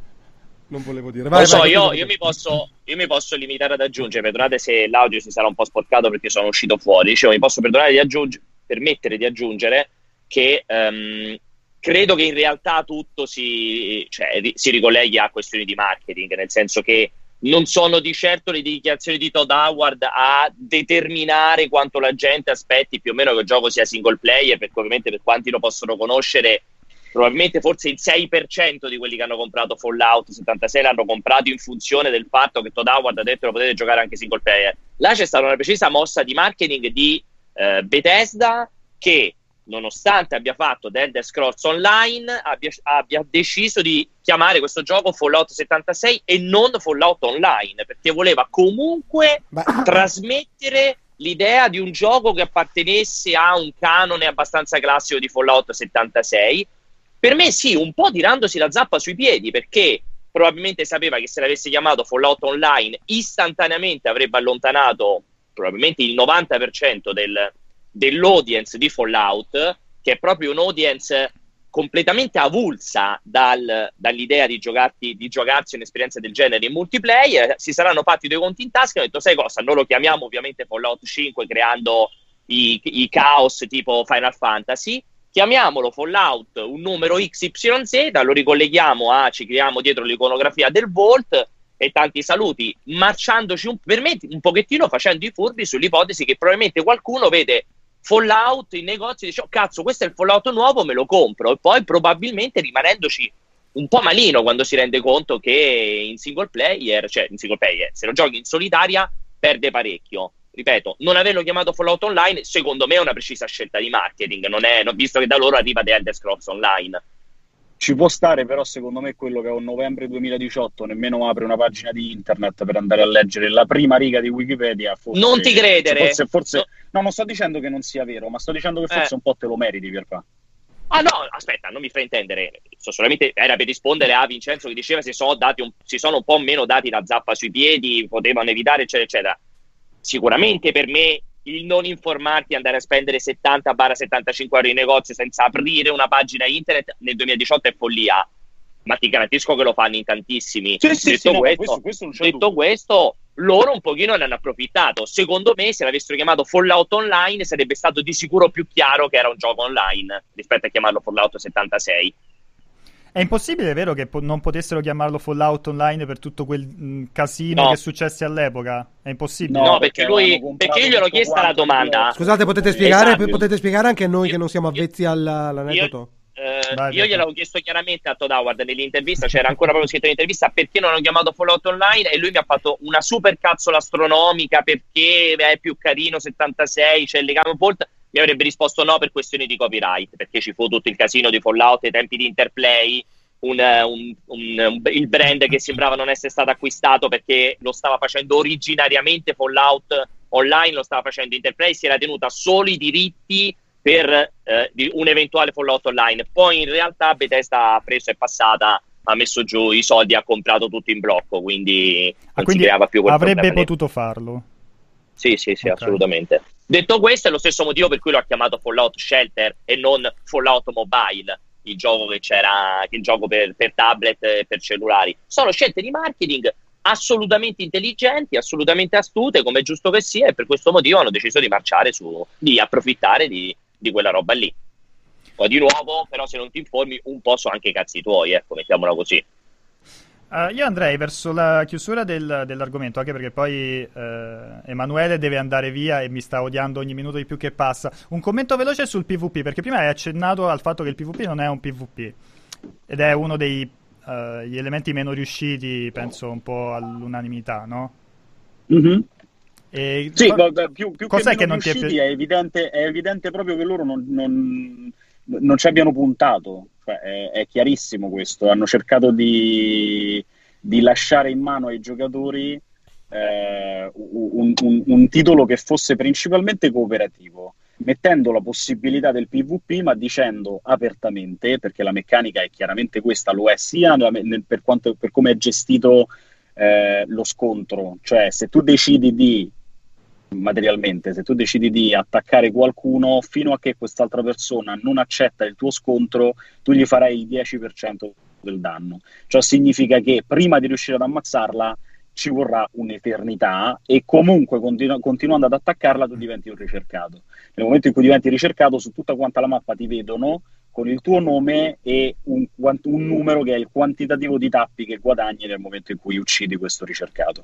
Non volevo dire. Vai, non so, vai, io, vai. io, mi posso, io mi posso limitare ad aggiungere, perdonate se l'audio si sarà un po' sporcato perché sono uscito fuori, dicevo, mi posso perdonare di aggiungere, permettere di aggiungere che um, credo che in realtà tutto si, cioè, si ricolleghi a questioni di marketing, nel senso che non sono di certo le dichiarazioni di Todd Howard a determinare quanto la gente aspetti più o meno che il gioco sia single player, perché ovviamente per quanti lo possono conoscere, probabilmente forse il sei per cento di quelli che hanno comprato Fallout settantasei l'hanno comprato in funzione del fatto che Todd Howard ha detto che lo potete giocare anche single player. Là c'è stata una precisa mossa di marketing di eh, Bethesda, che nonostante abbia fatto The Elder Scrolls Online abbia, abbia deciso di chiamare questo gioco Fallout settantasei e non Fallout Online, perché voleva comunque Beh. trasmettere l'idea di un gioco che appartenesse a un canone abbastanza classico di Fallout settantasei. Per me sì, un po' tirandosi la zappa sui piedi, perché probabilmente sapeva che se l'avesse chiamato Fallout Online istantaneamente avrebbe allontanato probabilmente il novanta per cento del, dell'audience di Fallout, che è proprio un'audience completamente avulsa dal, dall'idea di, giocarti, di giocarsi un'esperienza del genere in multiplayer. Si saranno fatti due conti in tasca e hanno detto, sai cosa, noi lo chiamiamo ovviamente Fallout cinque creando i, i caos tipo Final Fantasy, chiamiamolo Fallout un numero X Y Z, lo ricolleghiamo a, ci creiamo dietro l'iconografia del Vault e tanti saluti, marciandoci un, per me un pochettino facendo i furbi sull'ipotesi che probabilmente qualcuno vede Fallout in negozi e dice, oh cazzo, questo è il Fallout nuovo, me lo compro, e poi probabilmente rimanendoci un po' malino quando si rende conto che in single player, cioè in single player, se lo giochi in solitaria perde parecchio. Ripeto, non averlo chiamato Fallout Online secondo me è una precisa scelta di marketing, non è, visto che da loro arriva The Elder Scrolls Online. Ci può stare, però secondo me quello che a un novembre duemiladiciotto nemmeno apre una pagina di internet per andare a leggere la prima riga di Wikipedia. Forse, non ti credere. Forse, forse, no. no, non sto dicendo che non sia vero, ma sto dicendo che forse eh. un po' te lo meriti, Pierpa. Ah no, aspetta, non mi fraintendere, so solamente era per rispondere a Vincenzo che diceva si sono, dati un, si sono un po' meno dati la zappa sui piedi, potevano evitare, eccetera, eccetera. Sicuramente per me il non informarti e andare a spendere settanta settantacinque euro in negozio senza aprire una pagina internet nel duemiladiciotto è follia, ma ti garantisco che lo fanno in tantissimi. Sì, sì, detto sì, no, questo, questo, questo non c'è detto dubbio. questo, loro un pochino ne hanno approfittato. Secondo me se l'avessero chiamato Fallout Online sarebbe stato di sicuro più chiaro che era un gioco online rispetto a chiamarlo Fallout settantasei. È impossibile, vero, che po- non potessero chiamarlo Fallout Online per tutto quel mh, casino No. che successe all'epoca? È impossibile. No, No, perché perché lui avevano comprato perché io gliel'ho tutto chiesta la quanto domanda. di- Scusate, potete spiegare, Esatto. potete spiegare anche a noi Io- che non siamo avvezzi io- alla- all'aneddoto? Eh, Vai, io vai. gliel'avevo chiesto chiaramente a Todd Howard nell'intervista, c'era ancora proprio scritto nell'intervista perché non ho chiamato Fallout Online, e lui mi ha fatto una super cazzola astronomica perché è più carino settantasei, c'è il legame Vault. Mi avrebbe risposto no per questioni di copyright, perché ci fu tutto il casino di Fallout ai tempi di Interplay, un, un, un, un, il brand che sembrava non essere stato acquistato perché lo stava facendo originariamente Fallout Online, lo stava facendo Interplay, si era tenuta solo i diritti per eh, di un eventuale Fallout Online. Poi in realtà Bethesda ha preso, è passata, ha messo giù i soldi, ha comprato tutto in blocco, quindi non Ah, quindi si creava più quel avrebbe problema lì. potuto farlo. Sì, sì, sì, Ok. assolutamente. Detto questo, è lo stesso motivo per cui l'ho chiamato Fallout Shelter e non Fallout Mobile, il gioco che c'era, il gioco per, per tablet e per cellulari. Sono scelte di marketing assolutamente intelligenti, assolutamente astute, come è giusto che sia, e per questo motivo hanno deciso di marciare su, di approfittare di, di quella roba lì. Poi di nuovo, però se non ti informi un po' sono anche i cazzi tuoi, ecco, mettiamola così. Uh, io andrei verso la chiusura del, dell'argomento, anche perché poi uh, Emanuele deve andare via e mi sta odiando ogni minuto di più che passa. Un commento veloce sul PvP, perché prima hai accennato al fatto che il PvP non è un PvP ed è uno degli uh, elementi meno riusciti, penso un po' all'unanimità, no? Mm-hmm. E sì, co- vabbè, più, più cos'è che, che non non ti è riusciti, pi- è evidente, è evidente proprio che loro non, non, non ci abbiano puntato. Cioè, è, è chiarissimo questo. Hanno cercato di, di lasciare in mano ai giocatori eh, un, un, un titolo che fosse principalmente cooperativo, mettendo la possibilità del PvP, ma dicendo apertamente, perché la meccanica è chiaramente questa, lo è sia nel, per, quanto, per come è gestito eh, lo scontro. Cioè, se tu decidi di materialmente, se tu decidi di attaccare qualcuno, fino a che quest'altra persona non accetta il tuo scontro, tu gli farai il dieci per cento del danno. Ciò significa che prima di riuscire ad ammazzarla ci vorrà un'eternità, e comunque continu- continuando ad attaccarla tu diventi un ricercato. Nel momento in cui diventi ricercato, su tutta quanta la mappa ti vedono con il tuo nome e un, un numero che è il quantitativo di tappi che guadagni nel momento in cui uccidi questo ricercato.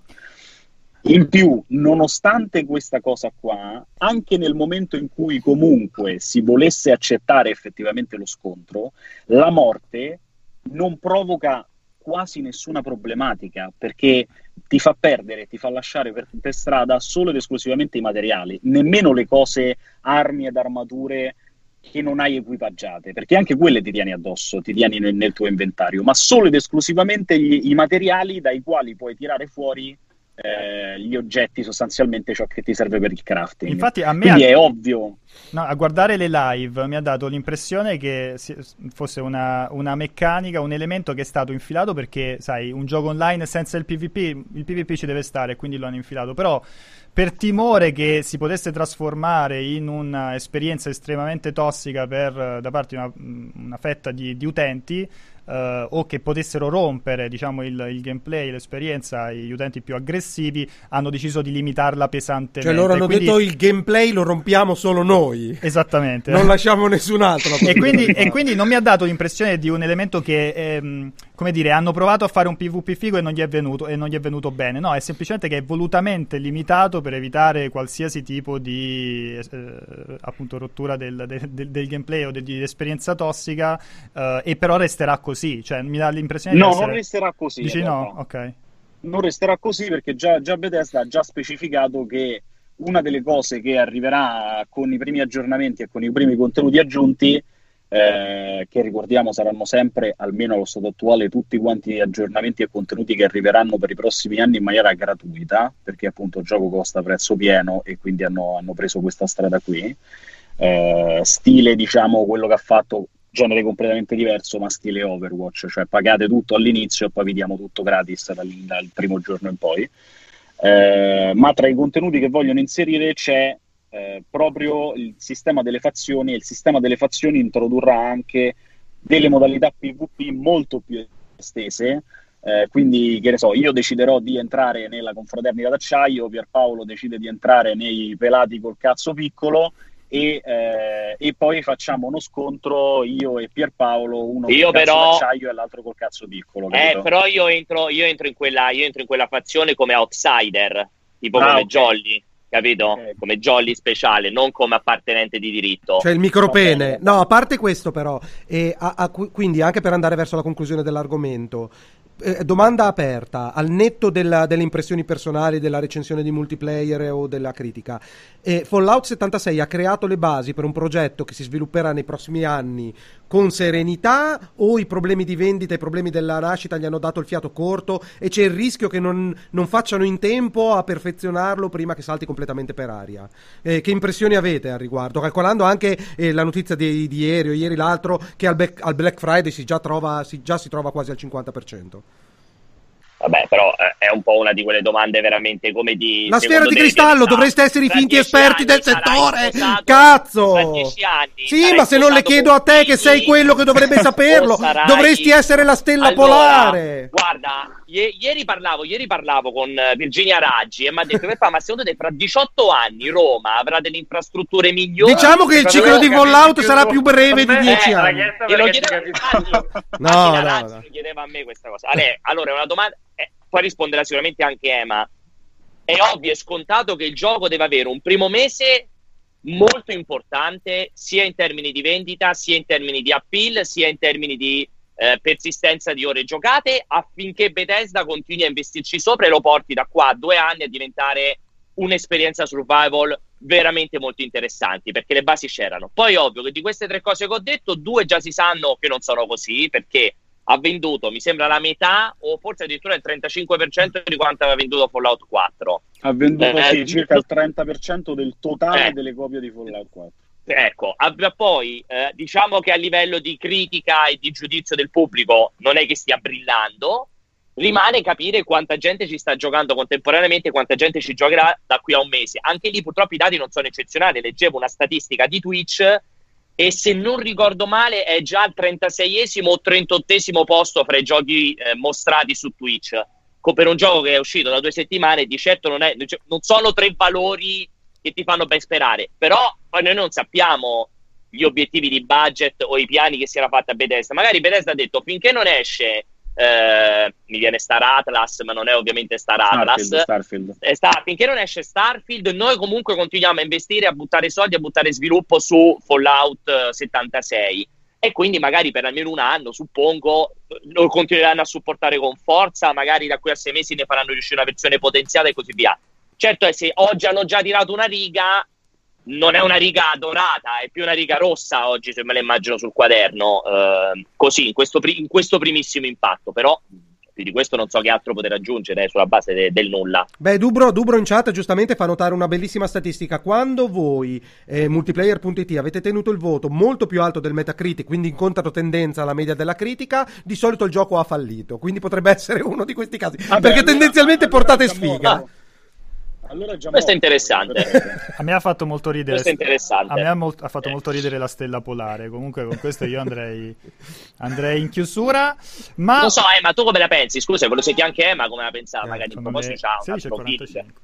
In più, nonostante questa cosa qua, anche nel momento in cui comunque si volesse accettare effettivamente lo scontro, la morte non provoca quasi nessuna problematica, perché ti fa perdere, ti fa lasciare per, per strada solo ed esclusivamente i materiali, nemmeno le cose, armi ed armature che non hai equipaggiate, perché anche quelle ti tieni addosso, ti tieni nel, nel tuo inventario, ma solo ed esclusivamente gli, i materiali dai quali puoi tirare fuori Eh, gli oggetti, sostanzialmente ciò che ti serve per il crafting. Infatti a me quindi a... è ovvio, no, a guardare le live mi ha dato l'impressione che si... fosse una, una meccanica, un elemento che è stato infilato perché, sai, un gioco online senza il PvP, il PvP ci deve stare, quindi lo hanno infilato, però per timore che si potesse trasformare in un'esperienza estremamente tossica per, da parte di una, una fetta di, di utenti, Uh, o che potessero rompere, diciamo, il, il gameplay, l'esperienza, gli utenti più aggressivi, hanno deciso di limitarla pesantemente. Cioè loro hanno quindi... detto il gameplay lo rompiamo solo noi. Esattamente. Non lasciamo nessun altro. e, quindi, e quindi non mi ha dato l'impressione di un elemento che, ehm, come dire, hanno provato a fare un PvP figo e non gli è venuto, e non gli è venuto bene. No, è semplicemente che è volutamente limitato per evitare qualsiasi tipo di eh, appunto rottura del, del, del, del gameplay o di esperienza tossica, eh, e però resterà così. Cioè, mi dà l'impressione no, di essere... non resterà così. Dici no? Ok. Non resterà così perché già, già Bethesda ha già specificato che una delle cose che arriverà con i primi aggiornamenti e con i primi contenuti aggiunti, eh, che ricordiamo saranno sempre, almeno allo stato attuale, tutti quanti gli aggiornamenti e contenuti che arriveranno per i prossimi anni in maniera gratuita, perché appunto il gioco costa a prezzo pieno e quindi hanno, hanno preso questa strada qui, eh, stile, diciamo, quello che ha fatto, genere completamente diverso, ma stile Overwatch, cioè pagate tutto all'inizio e poi vi diamo tutto gratis dal, dal primo giorno in poi. Eh, ma tra i contenuti che vogliono inserire c'è eh, proprio il sistema delle fazioni, e il sistema delle fazioni introdurrà anche delle modalità PvP molto più estese. Eh, quindi, che ne so, io deciderò di entrare nella confraternita d'acciaio, Pierpaolo decide di entrare nei pelati col cazzo piccolo, E, eh, e poi facciamo uno scontro io e Pierpaolo, uno io col però... cazzo d'acciaio e l'altro col cazzo piccolo. Eh, però io entro, io entro in quella, io entro in quella fazione come outsider, tipo ah, come okay. Jolly, capito? Okay. Come Jolly speciale, non come appartenente di diritto. Cioè il micropene. Okay. No, a parte questo però, e a, a, quindi anche per andare verso la conclusione dell'argomento, eh, domanda aperta, al netto della, delle impressioni personali, della recensione di multiplayer o della critica, eh, Fallout settantasei ha creato le basi per un progetto che si svilupperà nei prossimi anni con serenità, o i problemi di vendita, i problemi della nascita gli hanno dato il fiato corto e c'è il rischio che non, non facciano in tempo a perfezionarlo prima che salti completamente per aria? Eh, che impressioni avete al riguardo? Calcolando anche eh, la notizia di, di ieri o ieri l'altro che al, Black, al Black Friday si già, trova, si già si trova quasi al cinquanta per cento. Vabbè, però eh, è un po' una di quelle domande veramente come di... La sfera di cristallo, dovreste essere i finti esperti del settore, cazzo! Tra dieci anni, sì, ma se non le chiedo a te che sei quello che dovrebbe saperlo, sarai... dovresti essere la stella allora, polare. Guarda, i- ieri parlavo ieri parlavo con Virginia Raggi e mi ha detto, ma secondo te fra diciotto anni Roma avrà delle infrastrutture migliori? Diciamo che il ciclo di Fallout sarà più breve di dieci eh, anni. E lo chiedeva a no, no, no. Lo chiedeva a me questa cosa. Ale, allora, è una domanda... Eh, poi risponderà sicuramente anche Ema. È ovvio e scontato che il gioco deve avere un primo mese molto importante, sia in termini di vendita, sia in termini di appeal, sia in termini di eh, persistenza di ore giocate, affinché Bethesda continui a investirci sopra e lo porti da qua a due anni a diventare un'esperienza survival veramente molto interessanti, perché le basi c'erano. Poi ovvio che di queste tre cose che ho detto, due già si sanno che non sono così, perché ha venduto, mi sembra, la metà o forse addirittura il trentacinque per cento di quanto aveva venduto Fallout quattro. Ha venduto eh, sì, circa il trenta per cento del totale eh, delle copie di Fallout quattro. Ecco, abbia poi eh, diciamo che a livello di critica e di giudizio del pubblico non è che stia brillando, rimane capire quanta gente ci sta giocando contemporaneamente, quanta gente ci giocherà da qui a un mese. Anche lì purtroppo i dati non sono eccezionali, leggevo una statistica di Twitch e se non ricordo male è già al trentaseiesimo o trentottesimo posto fra i giochi eh, mostrati su Twitch, per un gioco che è uscito da due settimane. Di certo non, è, non sono tre valori che ti fanno ben sperare, però poi noi non sappiamo gli obiettivi di budget o i piani che si era fatta a Bethesda. Magari Bethesda ha detto finché non esce eh, mi viene Star Atlas, ma non è ovviamente Star Atlas, Starfield, Starfield. Eh, sta, finché non esce Starfield noi comunque continuiamo a investire, a buttare soldi, a buttare sviluppo su Fallout settantasei, e quindi magari per almeno un anno, suppongo, lo continueranno a supportare con forza, magari da qui a sei mesi ne faranno riuscire una versione potenziata e così via. Certo è, se oggi hanno già tirato una riga, non è una riga dorata, è più una riga rossa oggi, se me la immagino sul quaderno, eh, così, in questo, pri- in questo primissimo impatto, però più di questo non so che altro poter aggiungere eh, sulla base de- del nulla. Beh, Dubro, Dubro in chat giustamente fa notare una bellissima statistica. Quando voi, eh, multiplayer punto it, avete tenuto il voto molto più alto del Metacritic, quindi in controtendenza alla media della critica, di solito il gioco ha fallito, quindi potrebbe essere uno di questi casi. Vabbè, perché allora, tendenzialmente allora, portate sfiga. Ah. Allora già questo morto, è interessante. A me ha fatto molto ridere. Questo è interessante. A me ha, molt- ha fatto molto ridere la stella polare. Comunque con questo io andrei andrei in chiusura. Ma non so, Emma, tu come la pensi? Scusa, volevo sentire anche Emma come la pensava. Eh, magari in proposito me... c'ha un sedici e altro quarantacinque.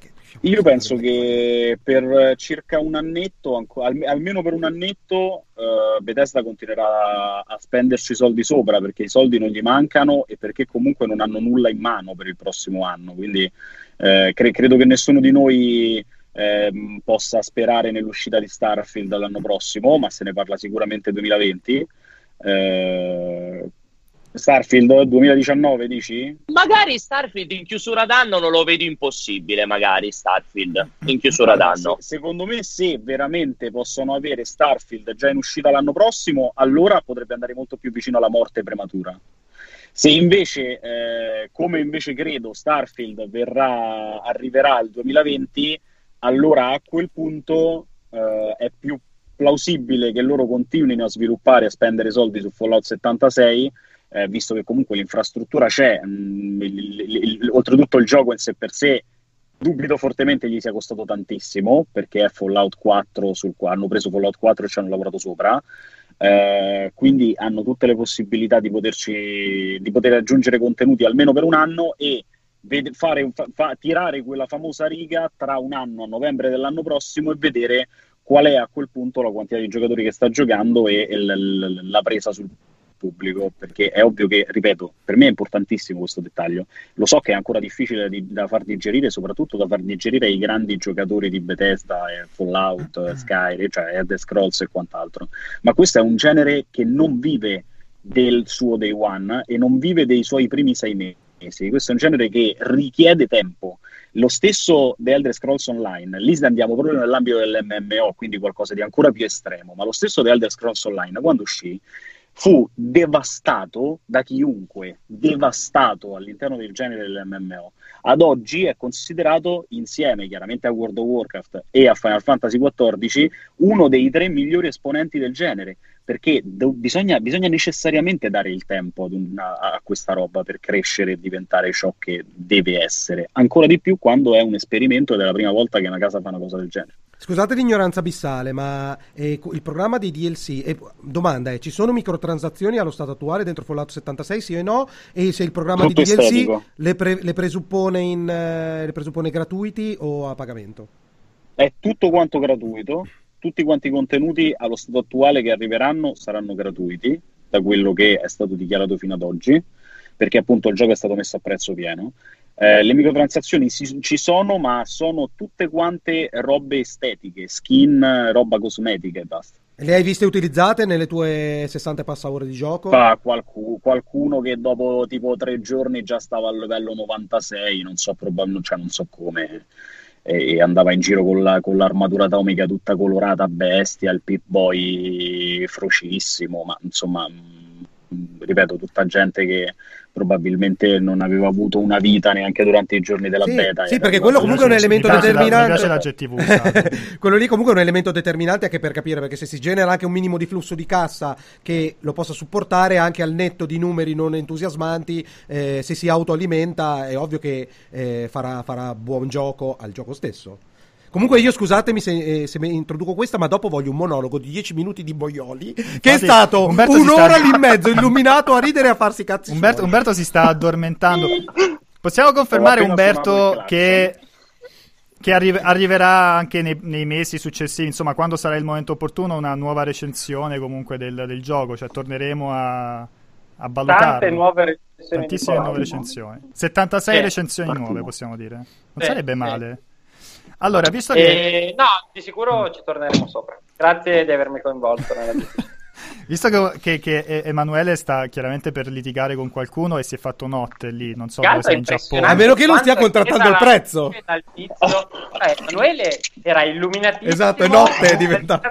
Io penso che per circa un annetto, al- almeno per un annetto, uh, Bethesda continuerà a spenderci soldi sopra, perché i soldi non gli mancano e perché comunque non hanno nulla in mano per il prossimo anno. Quindi eh, cre- credo che nessuno di noi eh, possa sperare nell'uscita di Starfield l'anno prossimo, ma se ne parla sicuramente duemilaventi. Eh, Starfield duemiladiciannove dici? Magari Starfield in chiusura d'anno non lo vedo impossibile, magari Starfield in chiusura d'anno. Se, secondo me se veramente possono avere Starfield già in uscita l'anno prossimo, allora potrebbe andare molto più vicino alla morte prematura. Se invece, eh, come invece credo, Starfield verrà, arriverà al duemilaventi, allora a quel punto eh, è più plausibile che loro continuino a sviluppare e a spendere soldi su Fallout settantasei, Eh, visto che comunque l'infrastruttura c'è, mh, il, il, il, oltretutto il gioco in sé per sé dubito fortemente gli sia costato tantissimo, perché è Fallout quattro, sul quale hanno preso Fallout quattro e ci hanno lavorato sopra, eh, quindi hanno tutte le possibilità di poterci di poter aggiungere contenuti almeno per un anno e ved- fare un, fa- fa- tirare quella famosa riga tra un anno, a novembre dell'anno prossimo, e vedere qual è a quel punto la quantità di giocatori che sta giocando e, e l- l- la presa sul pubblico, perché è ovvio che, ripeto, per me è importantissimo questo dettaglio. Lo so che è ancora difficile di, da far digerire, soprattutto da far digerire ai grandi giocatori di Bethesda, e Fallout, mm. Skyrim, cioè Elder Scrolls e quant'altro, ma questo è un genere che non vive del suo day one e non vive dei suoi primi sei mesi. Questo è un genere che richiede tempo. Lo stesso The Elder Scrolls Online, lì andiamo proprio nell'ambito dell'emme emme o, quindi qualcosa di ancora più estremo, ma lo stesso The Elder Scrolls Online, quando uscì, fu devastato da chiunque, devastato all'interno del genere dell'emme emme o. Ad oggi è considerato, insieme chiaramente a World of Warcraft e a Final Fantasy quattordici, uno dei tre migliori esponenti del genere. perché do- bisogna, bisogna necessariamente dare il tempo ad una- a questa roba per crescere e diventare ciò che deve essere, ancora di più quando è un esperimento ed è la prima volta che una casa fa una cosa del genere. Scusate l'ignoranza abissale, ma eh, il programma dei D L C, eh, domanda è, ci sono microtransazioni allo stato attuale dentro Fallout settantasei, sì o no? E se il programma Tutto di D L C estetico. le, pre- le presuppone in, eh, le presuppone gratuiti o a pagamento? È tutto quanto gratuito, tutti quanti i contenuti allo stato attuale che arriveranno saranno gratuiti, da quello che è stato dichiarato fino ad oggi, perché appunto il gioco è stato messo a prezzo pieno. Eh, le microtransazioni si- ci sono, ma sono tutte quante robe estetiche, skin, roba cosmetica e basta. Le hai viste utilizzate nelle tue sessanta passa ore di gioco? Fa qualcu- qualcuno che dopo tipo tre giorni già stava al livello novantasei, non so, probabilmente, cioè non so come, e andava in giro con, la- con l'armatura atomica tutta colorata, bestia, il Pip-Boy frocissimo, ma insomma, mh, ripeto, tutta gente che probabilmente non aveva avuto una vita neanche durante i giorni della Sì, beta. sì, era perché arrivato- quello comunque è un elemento Mi piace la- determinante. mi piace l'aggettivo usato. Quello lì comunque è un elemento determinante anche per capire, perché se si genera anche un minimo di flusso di cassa che lo possa supportare anche al netto di numeri non entusiasmanti, eh, se si autoalimenta è ovvio che eh, farà, farà buon gioco al gioco stesso. Comunque io scusatemi se, eh, se mi introduco questa, ma dopo voglio un monologo di dieci minuti di Boioli, che è Infatti, stato Umberto si un'ora sta- lì in mezzo illuminato a ridere e a farsi cazzi Umberto, suoi. Umberto si sta addormentando. Possiamo confermare, Ho appena suonato Umberto, il che, che arri- arriverà anche nei, nei mesi successivi, insomma, quando sarà il momento opportuno, una nuova recensione comunque del, del gioco, cioè torneremo a, a valutarlo. Tante nuove recensioni. Tantissime di nuove Fallout. recensioni. settantasei Sì. recensioni nuove, possiamo dire. Non Sì, sarebbe sì. male. Allora, visto che... E, no, di sicuro ci torneremo sopra. Grazie di avermi coinvolto nella discussione. Visto che, che- che Emanuele sta chiaramente per litigare con qualcuno e si è fatto notte lì, non so Che dove altro sei è in Giappone. impressionante A meno che non stia quanto contrattando era il prezzo. la- dal tizio. Eh, Emanuele era illuminatissimo. Esatto, è notte, è diventato.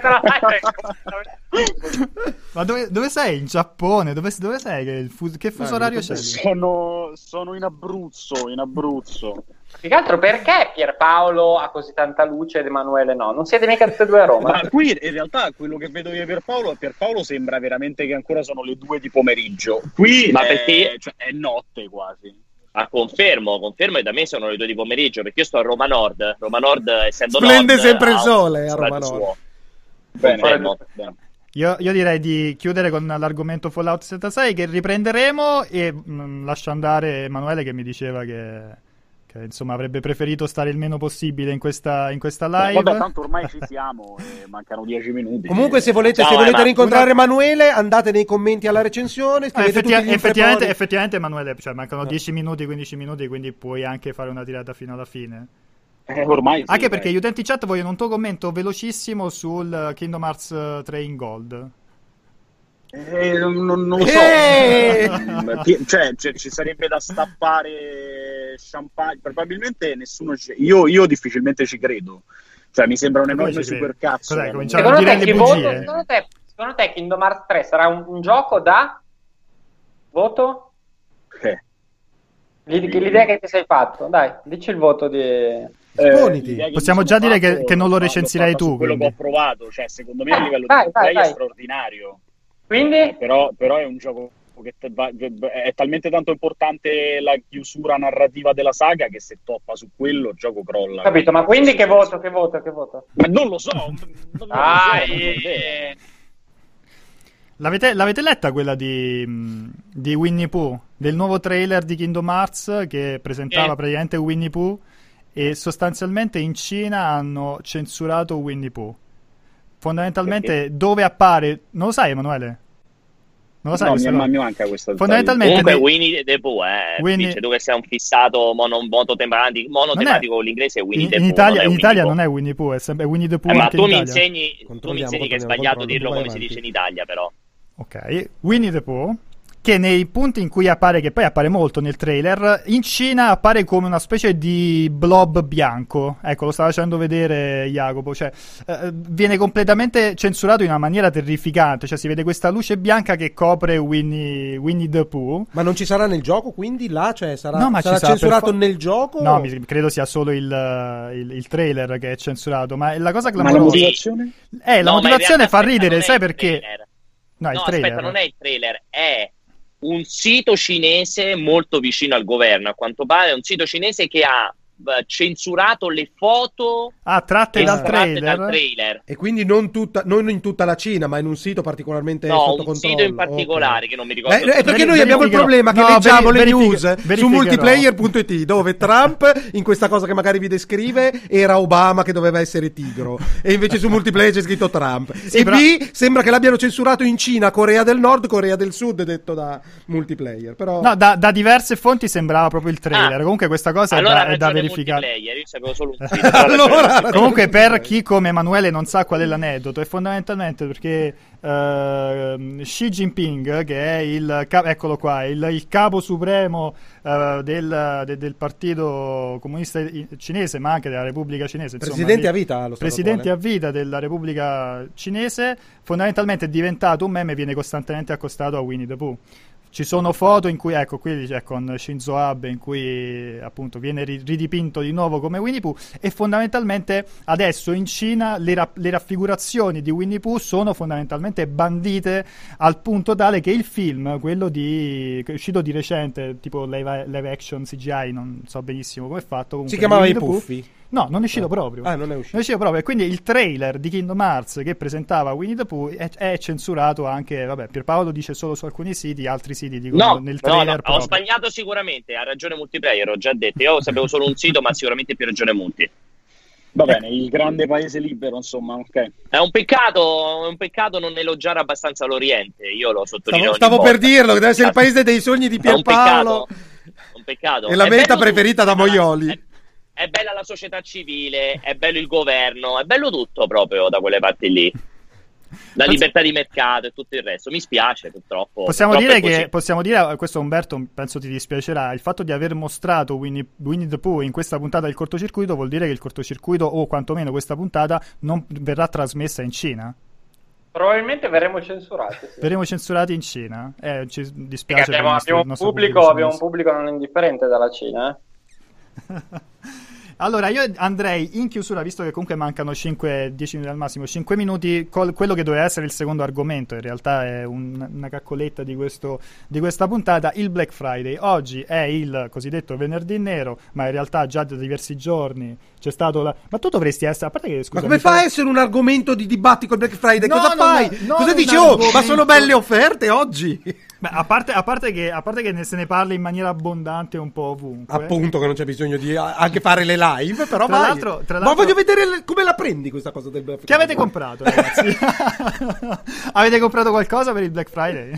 Ma dove, dove sei? In Giappone? Dove, dove sei? Che, il fu- che fuso Ah, orario io c'è? lì? Sono, sono in Abruzzo, in Abruzzo. Più che altro perché Pierpaolo ha così tanta luce ed Emanuele no? Non siete mica tutti e due a Roma? Ma qui in realtà quello che vedo io di Pierpaolo, Pierpaolo sembra veramente che ancora sono le due di pomeriggio. Qui Ma è, perché- cioè, è notte quasi. Ah, confermo, confermo, e da me sono le due di pomeriggio, perché io sto a Roma Nord. Roma Nord, essendo Splende nord, sempre il ha un sole a fuso Roma orario Nord. suo. Bene, Confermo. bene. Io, io direi di chiudere con l'argomento Fallout settantasei, che riprenderemo, e mh, lascio andare Emanuele che mi diceva che, che insomma avrebbe preferito stare il meno possibile in questa, in questa live. Vabbè, tanto ormai ci siamo, e mancano dieci minuti. Comunque se volete, No, se eh, volete ma rincontrare una- Emanuele, andate nei commenti alla recensione, Ah, scrivete effettiva- tutti gli effettivamente, infepori. effettivamente Emanuele, cioè mancano Eh. dieci minuti, quindici minuti, quindi puoi anche fare una tirata fino alla fine. Eh, ormai sì, Anche perché dai. gli utenti chat vogliono un tuo commento velocissimo sul Kingdom Hearts tre in Gold. Eh, non, non lo so. Eh! Mm, ti- cioè, cioè, ci sarebbe da stappare champagne. Probabilmente nessuno ci... io, io difficilmente ci credo. Cioè, mi sembra un Ma come enorme ci credi? supercazzo. Cos'è, eh, cominciamo Secondo dire te, le che voto, bugie. secondo, te, secondo te Kingdom Hearts tre sarà un, un gioco da voto? Eh. L'id- che l'idea che ti sei fatto? Dai, dici il voto di... Esponiti. l'idea che Possiamo mi già sono dire che- fatto, che non lo l'ho recensirai fatta tu, su quello quindi. che ho provato, cioè secondo me a Eh, livello vai, di vai, gameplay è vai. straordinario. Quindi? Però, però è un gioco che te va- è talmente tanto importante la chiusura narrativa della saga che se toppa su quello il gioco crolla. Capito, ma quindi che voto, che voto, che voto? Ma non lo so, non lo so, Dai, non ho idea. L'avete, l'avete letta quella di, mh, di Winnie Pooh, del nuovo trailer di Kingdom Hearts che presentava Eh. praticamente Winnie Pooh, e sostanzialmente in Cina hanno censurato Winnie Pooh. Fondamentalmente dove appare... Non lo sai, Emanuele? Non lo sai? No, questa mi, cosa? mi manca questa Fondamentalmente- Comunque ne- Winnie the Pooh, eh, Winnie- dice tu che sei un fissato mono, monotematico, monotematico con l'inglese è Winnie in, the in Pooh, Italia, non è in Winnie Italia Pooh. non è Winnie Pooh, è sempre Winnie the Pooh Eh, ma anche tu in mi Italia. insegni, tu mi Controlliamo, insegni che è controlliamo, sbagliato controlliamo, dirlo vai come si avanti. dice in Italia, però. Ok, Winnie the Pooh, che nei punti in cui appare, che poi appare molto nel trailer, in Cina appare come una specie di blob bianco. Ecco, lo stava facendo vedere Jacopo, cioè eh, viene completamente censurato in una maniera terrificante, cioè si vede questa luce bianca che copre Winnie, Winnie the Pooh. Ma non ci sarà nel gioco, quindi là, cioè sarà, No, ma ci sarà sarà censurato per fo- nel gioco? No, mi- credo sia solo il, il, il trailer che è censurato, ma la cosa Ma la clamorosa motivazione? è la No, ma in motivazione realtà fa questa ridere, non è sai il perché? trailer. No, il no trailer. aspetta, non è il trailer, è un sito cinese molto vicino al governo, a quanto pare, è un sito cinese che ha eh, censurato le foto Ah, tratte dal estratte trailer? dal trailer. E quindi non, tutta, non in tutta la Cina, ma in un sito particolarmente No, sotto un controllo. sito in particolare Ok. che non mi ricordo. Eh, è perché Veri- noi abbiamo il verificherò. problema che No, leggiamo veri- le verifiche- news su verificherò. multiplayer punto it dove Trump in questa cosa che magari vi descrive era Obama che doveva essere tigro e invece su multiplayer c'è scritto Trump. Sì, e però- B sembra che l'abbiano censurato in Cina, Corea del Nord, Corea del Sud, detto da multiplayer. Però No, da, da diverse fonti sembrava proprio il trailer. Ah, Comunque questa cosa allora è da, è da ragione verificare. multiplayer, io sapevo solo un sito. Allora, Comunque, per chi come Emanuele non sa qual è l'aneddoto, è fondamentalmente perché eh, Xi Jinping, che è il ca- eccolo qua, il, il capo supremo eh, del, de- del partito comunista i- cinese, ma anche della Repubblica Cinese, insomma, presidente di- a vita, lo stato presidente attuale. a vita della Repubblica Cinese, fondamentalmente è diventato un meme, viene costantemente accostato a Winnie the Pooh. Ci sono foto in cui, ecco, qui c'è con Shinzo Abe in cui appunto viene ri- ridipinto di nuovo come Winnie Pooh, e fondamentalmente adesso in Cina le, ra- le raffigurazioni di Winnie Pooh sono fondamentalmente bandite al punto tale che il film, quello di, che è uscito di recente, tipo live, live action C G I, non so benissimo come è fatto, comunque, Si chiamava di I Winnie the Pooh. Puffi. No, non è uscito Ah. proprio. Ah, non è uscito. Non è uscito proprio. E quindi il trailer di Kingdom Hearts che presentava Winnie the Pooh è, è censurato anche. Vabbè, Pierpaolo dice solo su alcuni siti, altri siti dicono No, nel no, no, trailer. ho proprio. sbagliato sicuramente, ha ragione multiplayer, ho già detto. Io sapevo solo un sito, ma sicuramente più ragione multi. Va bene, il grande paese libero, insomma, ok. È un peccato, è un peccato non elogiare abbastanza l'Oriente. Io lo sottolineo. Stavo, ogni stavo per volta. dirlo, che deve essere il paese dei sogni di È un Pierpaolo. peccato. Un peccato. E la È meta bello preferita tutto, da Moioli. È, è bella la società civile, è bello il governo, è bello tutto proprio da quelle parti lì. La libertà di mercato e tutto il resto. Mi spiace, purtroppo. Possiamo purtroppo dire è così. che, possiamo dire, questo Umberto penso ti dispiacerà, il fatto di aver mostrato Winnie, Winnie the Pooh in questa puntata del cortocircuito vuol dire che il cortocircuito, o quantomeno questa puntata, non verrà trasmessa in Cina? Probabilmente verremo censurati. Sì. Verremo censurati in Cina? Eh, ci Perché dispiace. per il abbiamo, nostro- abbiamo il un nostro pubblico, abbiamo un cinese. pubblico non indifferente dalla Cina. Eh? Allora, io andrei in chiusura, visto che comunque mancano cinque dieci minuti al massimo, cinque minuti, col quello che doveva essere il secondo argomento, in realtà è un, una caccoletta di, questo, di questa puntata, il Black Friday. Oggi è il cosiddetto venerdì nero, ma in realtà già da diversi giorni c'è stato la... Ma tu dovresti essere... A parte che, scusa, Ma come fa a essere un argomento di dibattito il Black Friday? No, Cosa non fai? è- non Cosa un dici? Oh, ma argomento- sono belle offerte oggi. Beh, a parte, a parte che, a parte che ne se ne parla in maniera abbondante un po' ovunque. Appunto che non c'è bisogno di a- anche fare le live, però Tra vai. l'altro- tra Ma l'altro- voglio vedere le- come la prendi questa cosa del Black Che Friday. avete comprato, ragazzi? Avete comprato qualcosa per il Black Friday?